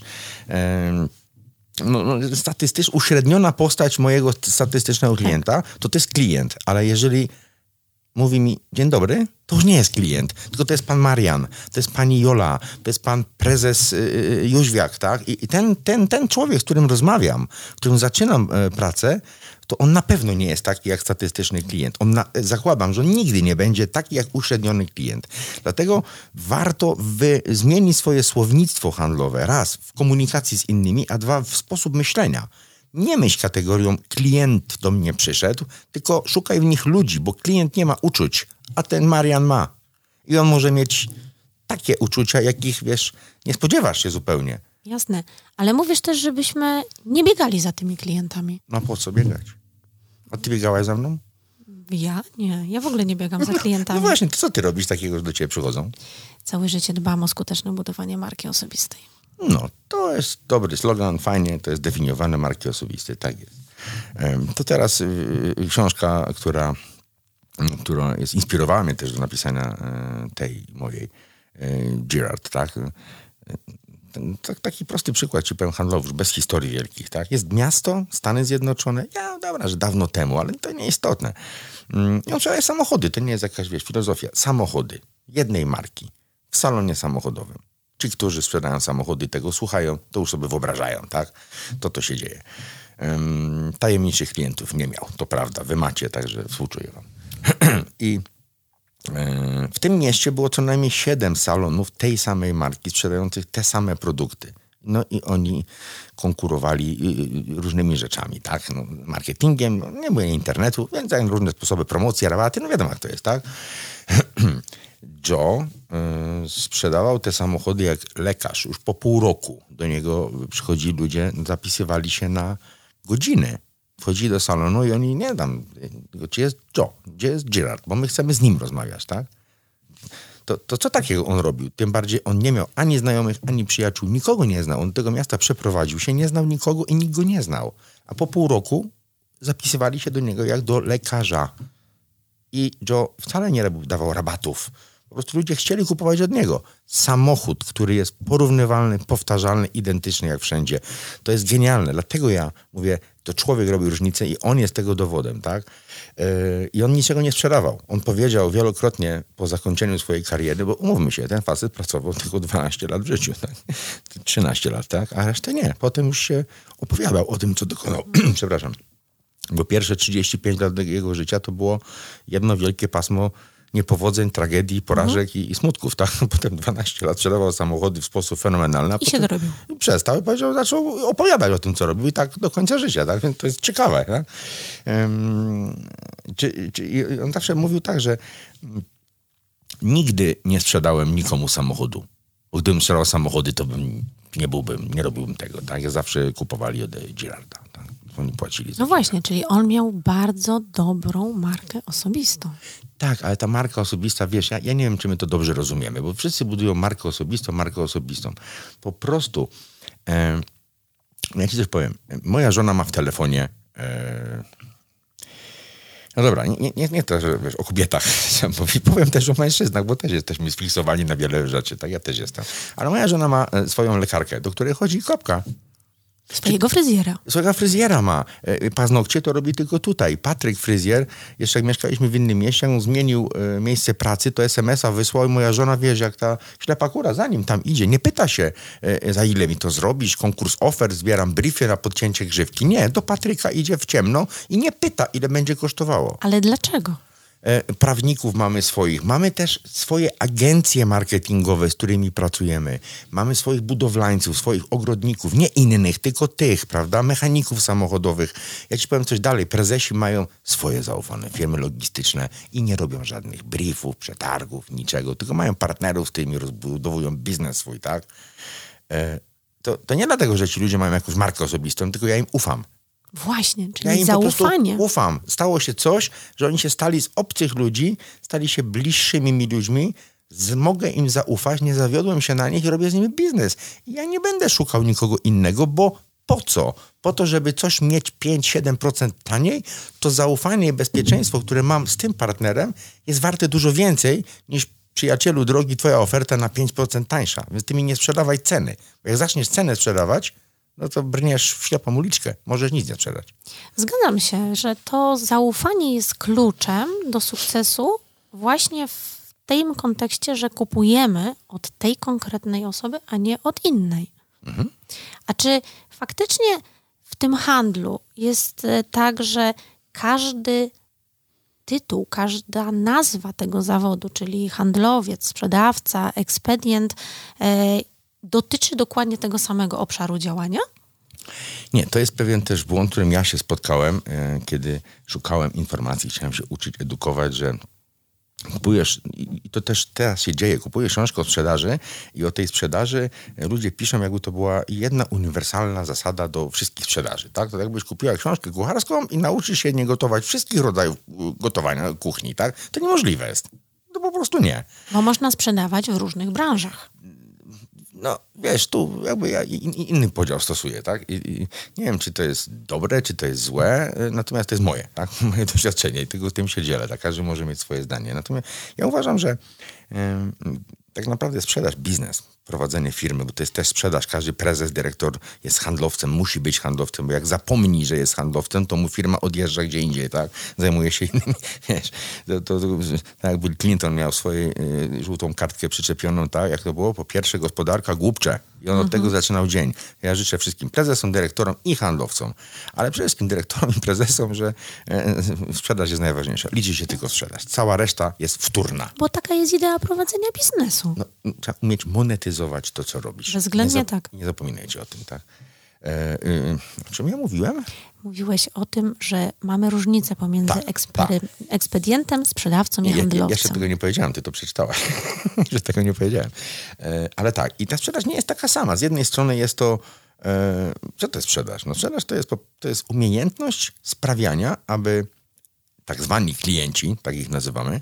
uśredniona postać mojego statystycznego klienta, to jest klient. Ale jeżeli mówi mi dzień dobry, to już nie jest klient, tylko to jest pan Marian, to jest pani Jola, to jest pan prezes Jóźwiak, tak? I ten człowiek, z którym rozmawiam, z którym zaczynam pracę, to on na pewno nie jest taki jak statystyczny klient. Zakładam, że on nigdy nie będzie taki jak uśredniony klient. Dlatego warto zmienić swoje słownictwo handlowe. Raz, w komunikacji z innymi, a dwa, w sposób myślenia. Nie myśl kategorią klient do mnie przyszedł, tylko szukaj w nich ludzi, bo klient nie ma uczuć, a ten Marian ma. I on może mieć takie uczucia, jakich, wiesz, nie spodziewasz się zupełnie. Jasne, ale mówisz też, żebyśmy nie biegali za tymi klientami. No po co biegać? A ty biegałaś za mną? Ja? Nie, ja w ogóle nie biegam za klientami. No właśnie, to co ty robisz takiego, że do ciebie przychodzą? Całe życie dbam o skuteczne budowanie marki osobistej. No, to jest dobry slogan, fajnie, to jest definiowane marki osobiste, tak jest. To teraz książka, która inspirowała mnie też do napisania tej mojej Girard, tak? Taki prosty przykład ci powiem handlowy, bez historii wielkich, tak? Jest miasto, Stany Zjednoczone, dobra, że dawno temu, ale to nieistotne. I on sprzedaje samochody, to nie jest jakaś, wiesz, filozofia. Samochody jednej marki w salonie samochodowym. Ci, którzy sprzedają samochody, tego słuchają, to już sobie wyobrażają, tak? To się dzieje. Tajemniczych klientów nie miał, to prawda, wy macie, także współczuję wam. I w tym mieście było co najmniej 7 salonów tej samej marki sprzedających te same produkty. No i oni konkurowali różnymi rzeczami, tak? No, marketingiem, no, nie było internetu, więc różne sposoby promocji, rabaty, no wiadomo jak to jest, tak? Joe sprzedawał te samochody jak lekarz. Już po pół roku do niego przychodzili ludzie, zapisywali się na godziny. Wchodzili do salonu i oni, nie tam, gdzie jest Joe, gdzie jest Girard, bo my chcemy z nim rozmawiać, tak? To co takiego on robił? Tym bardziej on nie miał ani znajomych, ani przyjaciół, nikogo nie znał. On do tego miasta przeprowadził się, nie znał nikogo i nikt go nie znał. A po pół roku zapisywali się do niego jak do lekarza. I Joe wcale nie dawał rabatów. Po prostu ludzie chcieli kupować od niego. Samochód, który jest porównywalny, powtarzalny, identyczny jak wszędzie. To jest genialne. Dlatego ja mówię, to człowiek robi różnicę i on jest tego dowodem, tak? I on niczego nie sprzedawał. On powiedział wielokrotnie po zakończeniu swojej kariery, bo umówmy się, ten facet pracował tylko 12 lat w życiu, tak? 13 lat, tak? A resztę nie. Potem już się opowiadał o tym, co dokonał. Przepraszam. Bo pierwsze 35 lat jego życia to było jedno wielkie pasmo niepowodzeń, tragedii, porażek i smutków, tak? Potem 12 lat sprzedawał samochody w sposób fenomenalny. I się dorobił. Przestał i zaczął opowiadać o tym, co robił i tak do końca życia, tak? Więc to jest ciekawe, tak? On zawsze mówił tak, że nigdy nie sprzedałem nikomu samochodu. Bo gdybym sprzedał samochody, to nie robiłbym tego, tak? Ja zawsze kupowali od Girarda, tak? Oni płacili za No właśnie, czyli on miał bardzo dobrą markę osobistą. Tak, ale ta marka osobista, wiesz, ja nie wiem, czy my to dobrze rozumiemy, bo wszyscy budują markę osobistą. Po prostu, ja ci coś powiem, moja żona ma w telefonie, no dobra, nie to, że wiesz, o kobietach powiem też o mężczyznach, bo też jesteśmy sfiksowani na wiele rzeczy, tak, ja też jestem. Ale moja żona ma swoją lekarkę, do której chodzi kropka. Swojego fryzjera. Swojego fryzjera ma. Paznokcie to robi tylko tutaj. Patryk fryzjer, jeszcze jak mieszkaliśmy w innym mieście, on zmienił miejsce pracy, to SMS-a wysłał i moja żona, wiesz, jak ta ślepa kura za nim tam idzie. Nie pyta się, za ile mi to zrobisz, konkurs ofert, zbieram briefy na podcięcie grzywki. Nie, do Patryka idzie w ciemno i nie pyta, ile będzie kosztowało. Ale dlaczego? prawników mamy swoich, mamy też swoje agencje marketingowe, z którymi pracujemy, mamy swoich budowlańców, swoich ogrodników, nie innych, tylko tych, prawda, mechaników samochodowych. Ja ci powiem coś dalej, prezesi mają swoje zaufane firmy logistyczne i nie robią żadnych briefów, przetargów, niczego, tylko mają partnerów, z którymi rozbudowują biznes swój, tak? To nie dlatego, że ci ludzie mają jakąś markę osobistą, tylko ja im ufam. Właśnie, czyli Ja im zaufanie. po prostu ufam. Stało się coś, że oni się stali z obcych ludzi, stali się bliższymi mi ludźmi, mogę im zaufać, nie zawiodłem się na nich i robię z nimi biznes. Ja nie będę szukał nikogo innego, bo po co? Po to, żeby coś mieć 5-7% taniej, to zaufanie i bezpieczeństwo, które mam z tym partnerem, jest warte dużo więcej niż przyjacielu drogi, twoja oferta na 5% tańsza. Więc ty mi nie sprzedawaj ceny. Bo jak zaczniesz cenę sprzedawać, no to brniesz w ślepą uliczkę. Możesz nic nie sprzedać. Zgadzam się, że to zaufanie jest kluczem do sukcesu właśnie w tym kontekście, że kupujemy od tej konkretnej osoby, a nie od innej. Mhm. A czy faktycznie w tym handlu jest tak, że każdy tytuł, każda nazwa tego zawodu, czyli handlowiec, sprzedawca, ekspedient, dotyczy dokładnie tego samego obszaru działania? Nie, to jest pewien też błąd, którym ja się spotkałem, kiedy szukałem informacji, chciałem się uczyć, edukować, że kupujesz, i to też teraz się dzieje, kupujesz książkę o sprzedaży i o tej sprzedaży ludzie piszą, jakby to była jedna uniwersalna zasada do wszystkich sprzedaży, tak? To jakbyś kupiła książkę kucharską i nauczysz się nie gotować wszystkich rodzajów gotowania kuchni, tak? To niemożliwe jest. To po prostu nie. Bo można sprzedawać w różnych branżach. No, wiesz, tu jakby ja inny podział stosuję, tak? I nie wiem, czy to jest dobre, czy to jest złe, natomiast to jest moje, tak? Moje doświadczenie i tego z tym się dzielę, tak? Każdy może mieć swoje zdanie. Natomiast ja uważam, że tak naprawdę sprzedaż, biznes, prowadzenie firmy, bo to jest też sprzedaż. Każdy prezes, dyrektor jest handlowcem, musi być handlowcem, bo jak zapomni, że jest handlowcem, to mu firma odjeżdża gdzie indziej, tak? Zajmuje się innymi, wiesz. Tak jak Bill Clinton miał swoją żółtą kartkę przyczepioną, tak? Jak to było? Po pierwsze gospodarka, głupcze. I on od tego zaczynał dzień. Ja życzę wszystkim prezesom, dyrektorom i handlowcom, ale przede wszystkim dyrektorom i prezesom, że sprzedaż jest najważniejsza. Liczy się tylko sprzedaż. Cała reszta jest wtórna. Bo taka jest idea prowadzenia biznesu. No, trzeba umieć monetyzować to, co robisz. Bezwzględnie tak. Nie zapominajcie o tym, tak? O czym ja mówiłem? Mówiłeś o tym, że mamy różnicę pomiędzy ekspedientem, sprzedawcą i handlowcem. Ja jeszcze tego nie powiedziałem, ty to przeczytałaś, że tego nie powiedziałem. Ale tak, i ta sprzedaż nie jest taka sama. Z jednej strony jest to, co to jest sprzedaż? No sprzedaż to jest umiejętność sprawiania, aby tak zwani klienci, tak ich nazywamy,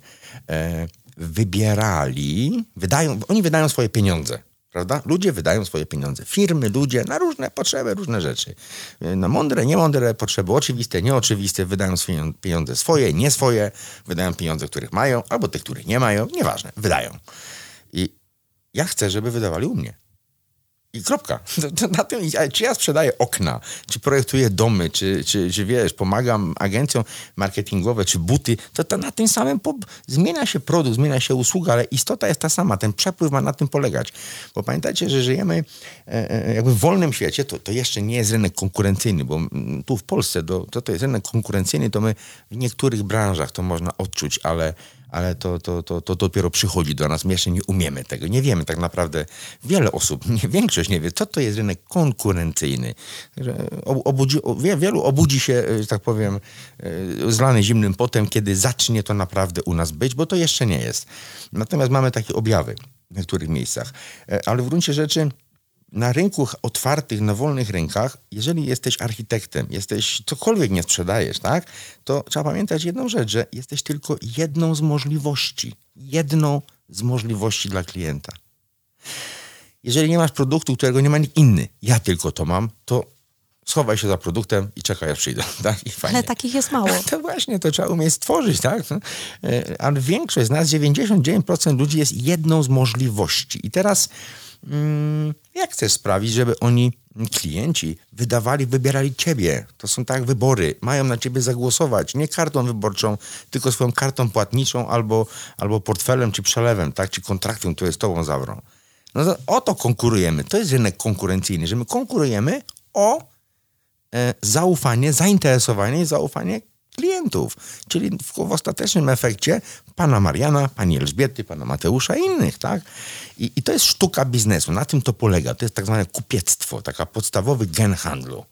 oni wydają swoje pieniądze. Prawda? Ludzie wydają swoje pieniądze. Firmy, ludzie na różne potrzeby, różne rzeczy. Na mądre, niemądre potrzeby, oczywiste, nieoczywiste. Wydają swoje pieniądze swoje, nie swoje. Wydają pieniądze, których mają, albo tych, których nie mają. Nieważne. Wydają. I ja chcę, żeby wydawali u mnie. I kropka. Na tym, czy ja sprzedaję okna, czy projektuję domy, czy wiesz, pomagam agencjom marketingowe, czy buty, to na tym samym zmienia się produkt, zmienia się usługa, ale istota jest ta sama. Ten przepływ ma na tym polegać. Bo pamiętajcie, że żyjemy jakby w wolnym świecie, to jeszcze nie jest rynek konkurencyjny, bo tu w Polsce to jest rynek konkurencyjny, to my w niektórych branżach to można odczuć, ale to dopiero przychodzi do nas. My jeszcze nie umiemy tego. Nie wiemy tak naprawdę. Wiele osób, większość nie wie, co to jest rynek konkurencyjny. Wielu obudzi się, że tak powiem, zlany zimnym potem, kiedy zacznie to naprawdę u nas być, bo to jeszcze nie jest. Natomiast mamy takie objawy w niektórych miejscach. Ale w gruncie rzeczy na rynkach otwartych, na wolnych rynkach, jeżeli jesteś architektem, cokolwiek nie sprzedajesz, tak, to trzeba pamiętać jedną rzecz, że jesteś tylko jedną z możliwości dla klienta. Jeżeli nie masz produktu, którego nie ma nikt inny, ja tylko to mam, to schowaj się za produktem i czekaj, aż przyjdą. Tak? I fajnie. Ale takich jest mało. To właśnie, to trzeba umieć stworzyć, tak? Ale większość z nas, 99% ludzi jest jedną z możliwości. I teraz jak chcesz sprawić, żeby klienci wybierali ciebie? To są tak wybory. Mają na ciebie zagłosować. Nie kartą wyborczą, tylko swoją kartą płatniczą albo portfelem czy przelewem, tak? Czy kontraktem, który z tobą zawrą. No to o to konkurujemy. To jest rynek konkurencyjny, że my konkurujemy o zaufanie, zainteresowanie i zaufanie klienta. klientów, czyli w ostatecznym efekcie pana Mariana, pani Elżbiety, pana Mateusza i innych, tak? I to jest sztuka biznesu, na tym to polega. To jest tak zwane kupiectwo, taka podstawowy gen handlu.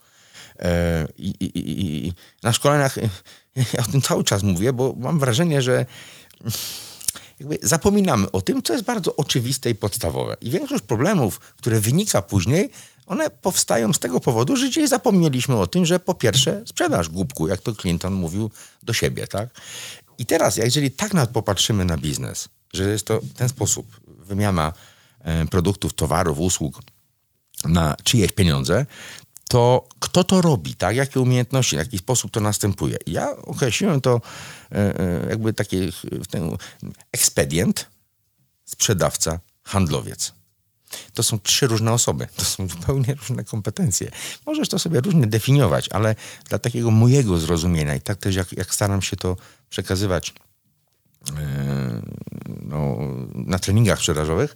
I na szkoleniach ja o tym cały czas mówię, bo mam wrażenie, że jakby zapominamy o tym, co jest bardzo oczywiste i podstawowe. I większość problemów, które wynika później, one powstają z tego powodu, że dzisiaj zapomnieliśmy o tym, że po pierwsze sprzedaż głupku, jak to Clinton mówił do siebie, tak? I teraz, jeżeli tak popatrzymy na biznes, że jest to w ten sposób wymiana produktów, towarów, usług na czyjeś pieniądze, to kto to robi, tak? Jakie umiejętności, w jaki sposób to następuje. Ja określiłem to jakby taki ten ekspedient, sprzedawca, handlowiec. To są 3 różne osoby, to są zupełnie różne kompetencje. Możesz to sobie różnie definiować, ale dla takiego mojego zrozumienia i tak też jak staram się to przekazywać na treningach sprzedażowych,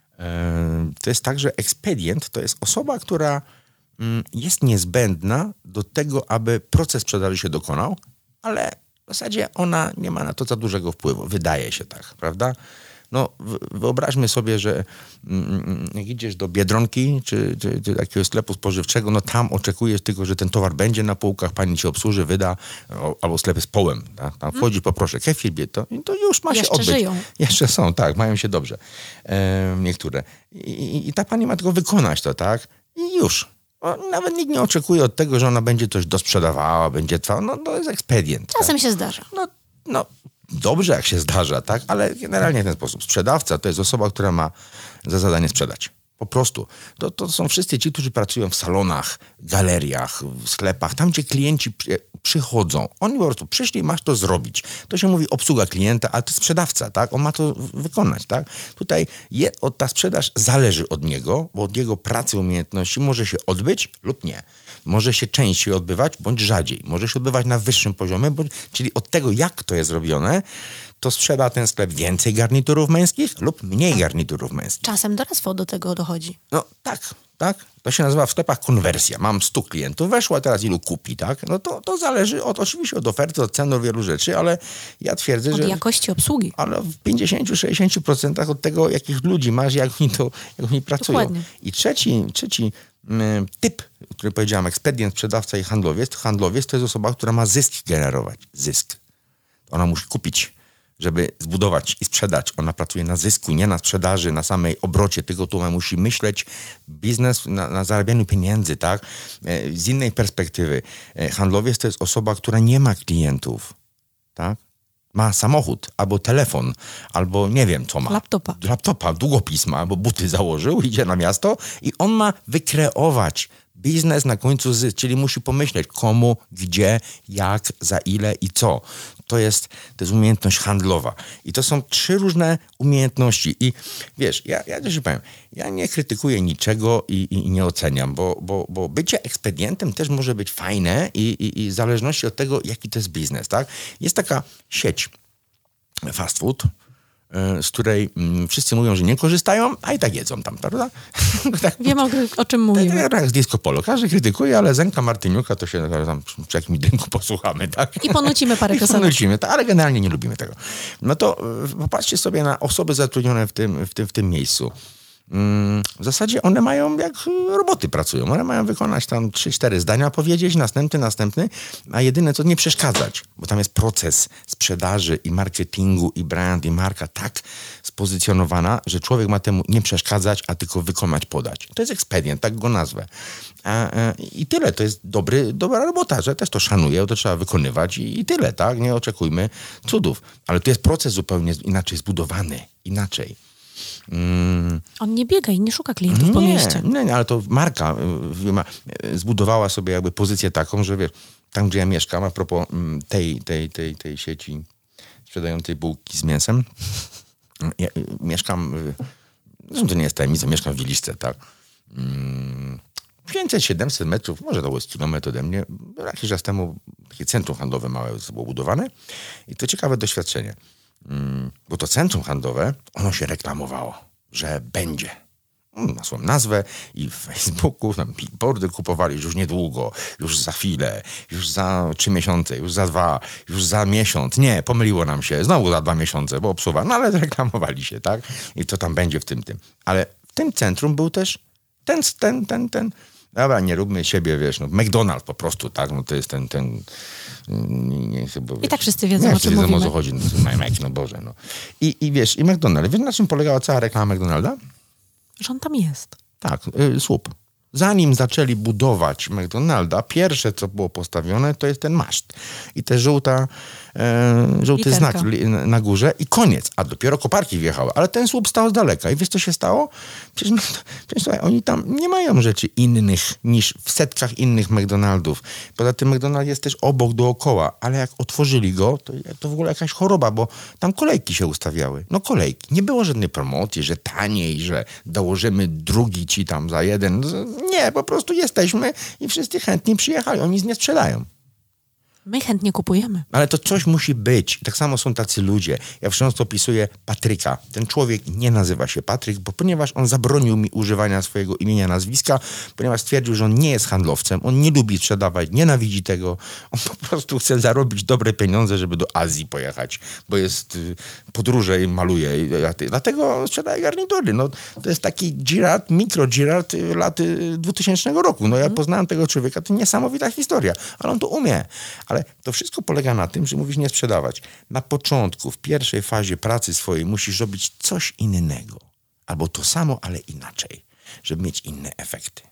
to jest tak, że ekspedient to jest osoba, która jest niezbędna do tego, aby proces sprzedaży się dokonał, ale w zasadzie ona nie ma na to za dużego wpływu. Wydaje się tak, prawda? No, wyobraźmy sobie, że jak idziesz do Biedronki czy jakiegoś sklepu spożywczego, no tam oczekujesz tylko, że ten towar będzie na półkach, pani ci obsłuży, wyda, albo sklepy z połem. Tak? Tam wchodzi, poproszę kefir, to już ma się odbyć. Jeszcze żyją. Jeszcze są, tak, mają się dobrze. Niektóre. I ta pani ma tylko wykonać to, tak? I już. Nawet nikt nie oczekuje od tego, że ona będzie coś dosprzedawała, będzie trwała. No to jest ekspedient. Czasem tak? się zdarza. No, dobrze jak się zdarza, tak? Ale generalnie w ten sposób. Sprzedawca to jest osoba, która ma za zadanie sprzedać. Po prostu. To są wszyscy ci, którzy pracują w salonach, galeriach, w sklepach, tam gdzie klienci przychodzą. Oni po prostu przyszli, masz to zrobić. To się mówi obsługa klienta, ale to jest sprzedawca, tak? On ma to wykonać, tak? Tutaj ta sprzedaż zależy od niego, bo od jego pracy, umiejętności może się odbyć lub nie. Może się częściej odbywać, bądź rzadziej. Może się odbywać na wyższym poziomie, czyli od tego, jak to jest robione, to sprzeda ten sklep więcej garniturów męskich lub mniej garniturów męskich. Czasem doradztwo do tego dochodzi. No tak. To się nazywa w sklepach konwersja. Mam 100 klientów, weszło, a teraz ilu kupi, tak? No to zależy oczywiście od oferty, od ceny, od wielu rzeczy, ale ja twierdzę, że... Od jakości obsługi. Ale w 50-60% od tego, jakich ludzi masz, jak oni pracują. Dokładnie. I trzeci typ, który powiedziałem, ekspedient, sprzedawca i handlowiec. Handlowiec to jest osoba, która ma zysk generować. Zysk. Ona musi kupić, żeby zbudować i sprzedać. Ona pracuje na zysku, nie na sprzedaży, na samej obrocie. Tylko tu ona musi myśleć biznes na zarabianiu pieniędzy, tak? Z innej perspektywy. Handlowiec to jest osoba, która nie ma klientów, tak? Ma samochód, albo telefon, albo nie wiem co ma. Laptopa, długopis ma, albo buty założył, idzie na miasto i on ma wykreować biznes na końcu zysk, czyli musi pomyśleć komu, gdzie, jak, za ile i co. To jest umiejętność handlowa. I to są 3 różne umiejętności. I wiesz, ja też powiem, ja nie krytykuję niczego i nie oceniam, bo bycie ekspedientem też może być fajne i w zależności od tego, jaki to jest biznes, tak? Jest taka sieć fast food, z której wszyscy mówią, że nie korzystają, a i tak jedzą tam, prawda? Tak, wiem, o czym mówimy. Tak jak z Disco Polo. Każdy krytykuje, ale Zenka Martyniuka to się tam przy jakimś dynku posłuchamy, tak? I ponucimy parę piosenek. Ale generalnie nie lubimy tego. No to popatrzcie sobie na osoby zatrudnione w tym miejscu. W zasadzie one mają, jak roboty pracują, one mają wykonać tam 3-4 zdania, powiedzieć następny, a jedyne co nie przeszkadzać, bo tam jest proces sprzedaży i marketingu i brand i marka tak spozycjonowana, że człowiek ma temu nie przeszkadzać, a tylko wykonać, podać. To jest ekspedient, tak go nazwę. I tyle, to jest dobra robota, że też to szanuję, to trzeba wykonywać i tyle, tak? Nie oczekujmy cudów. Ale tu jest proces zupełnie inaczej zbudowany, inaczej. On nie biega i nie szuka klientów po mieście. Nie, ale to marka zbudowała sobie jakby pozycję taką, że wiesz, tam gdzie ja mieszkam, a propos tej sieci sprzedającej bułki z mięsem, ja mieszkam, zresztą to nie jest tajemnica, mieszkam w Wiliszce, tak? 500-700 metrów, może to jest kilometr ode mnie, jakiś czas temu takie centrum handlowe małe było budowane i to ciekawe doświadczenie. Bo to centrum handlowe, ono się reklamowało, że będzie. na swoją nazwę i w Facebooku tam billboardy kupowali już niedługo, już za chwilę, już za 3 miesiące, już za 2, już za miesiąc. Nie, pomyliło nam się, znowu za 2 miesiące, bo obsuwa, no ale reklamowali się, tak? I to tam będzie w tym. Ale w tym centrum był też ten. Dobra, nie róbmy siebie, wiesz, no McDonald's po prostu, tak? No to jest ten nie chyba, I tak wszyscy wiedzą, o czym wiedzą, mówimy. o co chodzi. No Boże, no. I wiesz, i McDonald's. Wiesz, na czym polegała cała reklama McDonalda? Że on tam jest. Tak, słup. Zanim zaczęli budować McDonalda, pierwsze, co było postawione, to jest ten maszt. I te żółty Literka. znak na górze i koniec. A dopiero koparki wjechały. Ale ten słup stał z daleka. I wiesz, co się stało? Przecież słuchaj, oni tam nie mają rzeczy innych niż w setkach innych McDonaldów. Poza tym McDonald's jest też obok, dookoła. Ale jak otworzyli go, to w ogóle jakaś choroba, bo tam kolejki się ustawiały. No kolejki. Nie było żadnej promocji, że taniej, że dołożymy drugi ci tam za jeden. Nie, po prostu jesteśmy i wszyscy chętnie przyjechali. Oni nic nie sprzedają. My chętnie kupujemy. Ale to coś musi być. Tak samo są tacy ludzie. Ja często opisuję Patryka. Ten człowiek nie nazywa się Patryk, ponieważ on zabronił mi używania swojego imienia, nazwiska, ponieważ stwierdził, że on nie jest handlowcem, on nie lubi sprzedawać, nienawidzi tego. On po prostu chce zarobić dobre pieniądze, żeby do Azji pojechać, bo jest podróże i maluje. Dlatego sprzedaje garnitury. No, to jest taki mikro Girard lat 2000 roku. No ja poznałem tego człowieka, to niesamowita historia, ale on to umie. Ale to wszystko polega na tym, że mówisz nie sprzedawać. Na początku, w pierwszej fazie pracy swojej musisz robić coś innego. Albo to samo, ale inaczej. Żeby mieć inne efekty.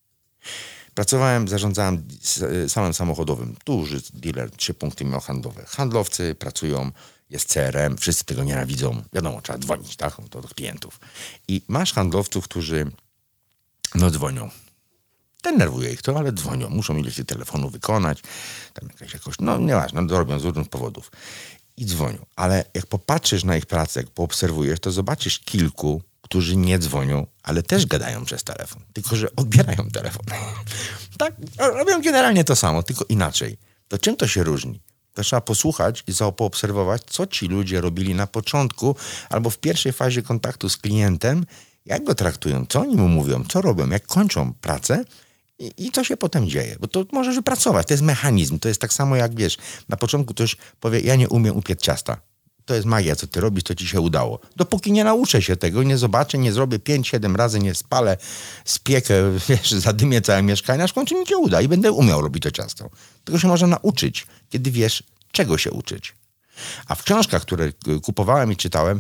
Zarządzałem salon samochodowym. Duży dealer, 3 punkty miał handlowe. Handlowcy pracują, jest CRM, wszyscy tego nienawidzą. Wiadomo, trzeba dzwonić, tak? To do klientów. I masz handlowców, którzy dzwonią. Denerwuje ich to, ale dzwonią. Muszą ileś telefonu wykonać. Tam jakoś, nieważne, robią z różnych powodów. I dzwonią. Ale jak popatrzysz na ich pracę, jak poobserwujesz, to zobaczysz kilku, którzy nie dzwonią, ale też gadają przez telefon. Tylko, że odbierają telefon. Tak, robią generalnie to samo, tylko inaczej. To czym to się różni? To trzeba posłuchać i poobserwować, co ci ludzie robili na początku albo w pierwszej fazie kontaktu z klientem, jak go traktują, co oni mu mówią, co robią, jak kończą pracę i co się potem dzieje. Bo to możesz wypracować, to jest mechanizm, to jest tak samo jak wiesz, na początku ktoś powie, ja nie umiem upiec ciasta. To jest magia, co ty robisz, to ci się udało. Dopóki nie nauczę się tego, nie zobaczę, nie zrobię 5-7 razy, nie spalę, spiekę, wiesz, zadymię całe mieszkanie, aż w końcu mi się uda i będę umiał robić to ciasto. Tego się można nauczyć, kiedy wiesz, czego się uczyć. A w książkach, które kupowałem i czytałem,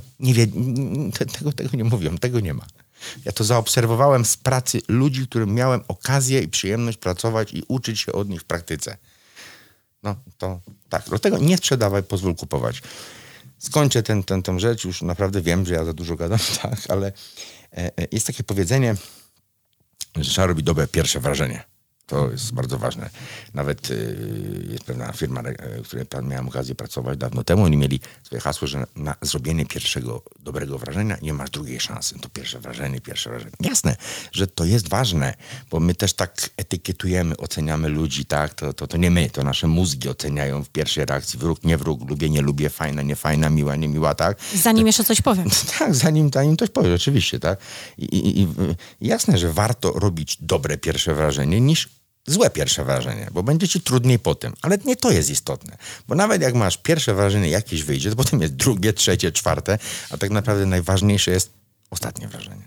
tego nie mówią, tego nie ma. Ja to zaobserwowałem z pracy ludzi, którym miałem okazję i przyjemność pracować i uczyć się od nich w praktyce. No to tak, dlatego nie sprzedawaj, pozwól kupować. Skończę tę rzecz, już naprawdę wiem, że ja za dużo gadam, tak, ale jest takie powiedzenie, że trzeba robić dobre pierwsze wrażenie. To jest bardzo ważne. Nawet jest pewna firma, w której miałem okazję pracować dawno temu. Oni mieli swoje hasło, że na zrobienie pierwszego dobrego wrażenia nie masz drugiej szansy. To pierwsze wrażenie. Jasne, że to jest ważne, bo my też tak etykietujemy, oceniamy ludzi, tak? To nie my, to nasze mózgi oceniają w pierwszej reakcji. Wróg, nie wróg, lubię, nie lubię, fajna, nie fajna, miła, nie miła, tak? Zanim jeszcze coś powiem. Tak, zanim coś powiesz, oczywiście, tak? I jasne, że warto robić dobre pierwsze wrażenie niż złe pierwsze wrażenie, bo będzie ci trudniej potem. Ale nie to jest istotne. Bo nawet jak masz pierwsze wrażenie jakieś wyjdzie, to potem jest drugie, trzecie, czwarte, a tak naprawdę najważniejsze jest ostatnie wrażenie.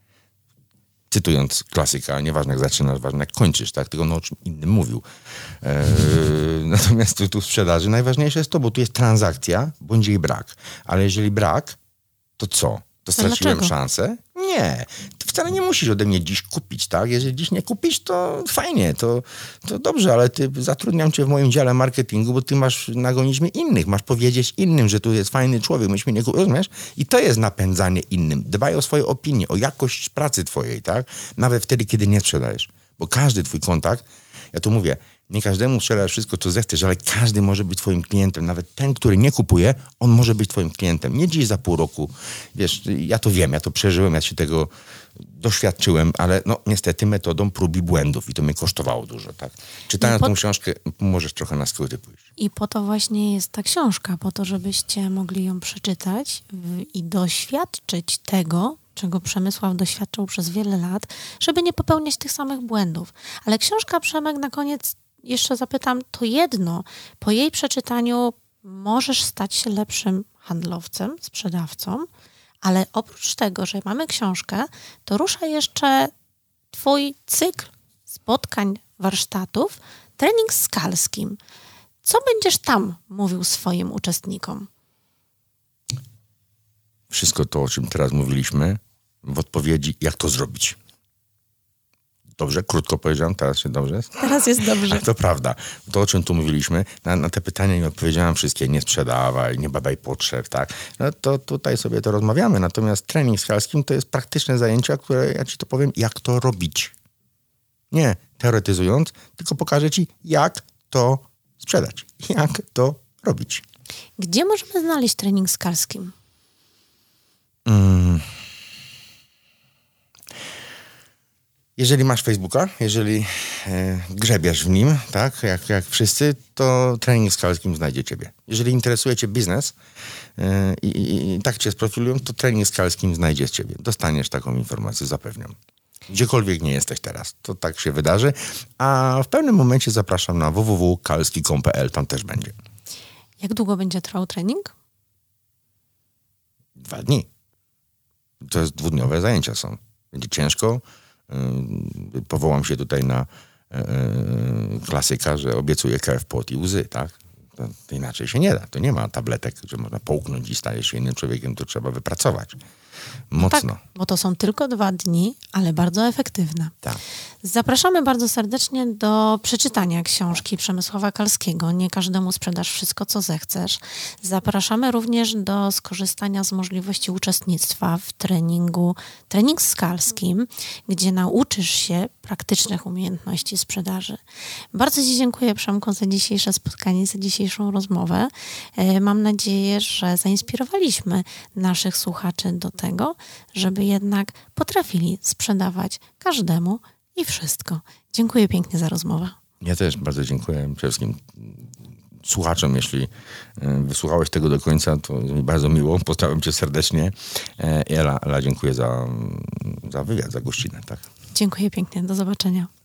Cytując klasyka, nieważne jak zaczynasz, ważne jak kończysz, tak? Tylko o czym innym mówił. Natomiast tu w sprzedaży najważniejsze jest to, bo tu jest transakcja, bądź jej brak. Ale jeżeli brak, to co? To straciłem szansę? Nie. Ty wcale nie musisz ode mnie dziś kupić, tak? Jeżeli dziś nie kupisz, to fajnie, to dobrze, ale zatrudniam cię w moim dziale marketingu, bo ty masz nagonić mi innych, masz powiedzieć innym, że tu jest fajny człowiek, myśmy nie kupili, rozumiesz? I to jest napędzanie innym. Dbaj o swoje opinie, o jakość pracy twojej, tak? Nawet wtedy, kiedy nie sprzedajesz. Bo każdy twój kontakt, ja tu mówię, nie każdemu sprzedajesz wszystko, co zechcesz, ale każdy może być twoim klientem. Nawet ten, który nie kupuje, on może być twoim klientem. Nie dziś za pół roku. Wiesz, ja to wiem, ja to przeżyłem, ja się tego doświadczyłem, ale niestety metodą prób i błędów i to mnie kosztowało dużo, tak? Czytając tą książkę, możesz trochę na skróty pójść. I po to właśnie jest ta książka, po to, żebyście mogli ją przeczytać i doświadczyć tego, czego Przemysław doświadczał przez wiele lat, żeby nie popełniać tych samych błędów. Ale książka, Przemek, na koniec jeszcze zapytam, to jedno, po jej przeczytaniu możesz stać się lepszym handlowcem, sprzedawcą, ale oprócz tego, że mamy książkę, to rusza jeszcze twój cykl spotkań, warsztatów, trening skalskim. Co będziesz tam mówił swoim uczestnikom? Wszystko to, o czym teraz mówiliśmy, w odpowiedzi, jak to zrobić. Dobrze? Krótko powiedziałem, teraz się dobrze? Teraz jest dobrze. To prawda. To, o czym tu mówiliśmy, na te pytania nie odpowiedziałem wszystkie. Nie sprzedawaj, nie badaj potrzeb, tak? No to tutaj sobie to rozmawiamy. Natomiast trening skalskim to jest praktyczne zajęcia, które ja ci to powiem, jak to robić. Nie teoretyzując, tylko pokażę ci, jak to sprzedać. Jak to robić. Gdzie możemy znaleźć trening skalskim? Jeżeli masz Facebooka, jeżeli grzebiesz w nim, tak, jak wszyscy, to trening skalskim znajdzie ciebie. Jeżeli interesuje cię biznes i tak cię sprofilują, to trening skalskim znajdzie ciebie. Dostaniesz taką informację, zapewniam. Gdziekolwiek nie jesteś teraz, to tak się wydarzy. A w pewnym momencie zapraszam na www.kalski.pl, tam też będzie. Jak długo będzie trwał trening? 2 dni. To jest 2-dniowe zajęcia są. Będzie ciężko. Powołam się tutaj na klasyka, że obiecuję krew, pot i łzy, tak? To inaczej się nie da. To nie ma tabletek, że można połknąć i stajesz się innym człowiekiem, to trzeba wypracować. Mocno. Tak, bo to są tylko 2 dni, ale bardzo efektywne. Tak. Zapraszamy bardzo serdecznie do przeczytania książki Przemysława Kalskiego. Nie każdemu sprzedasz wszystko, co zechcesz. Zapraszamy również do skorzystania z możliwości uczestnictwa w trening skalskim, gdzie nauczysz się praktycznych umiejętności sprzedaży. Bardzo ci dziękuję, Przemku, za dzisiejsze spotkanie, za dzisiejszą rozmowę. Mam nadzieję, że zainspirowaliśmy naszych słuchaczy do tego, żeby jednak potrafili sprzedawać każdemu i wszystko. Dziękuję pięknie za rozmowę. Ja też bardzo dziękuję przede wszystkim słuchaczom. Jeśli wysłuchałeś tego do końca, to mi bardzo miło. Pozdrawiam cię serdecznie. Ela, dziękuję za wywiad, za gościnę. Tak. Dziękuję pięknie. Do zobaczenia.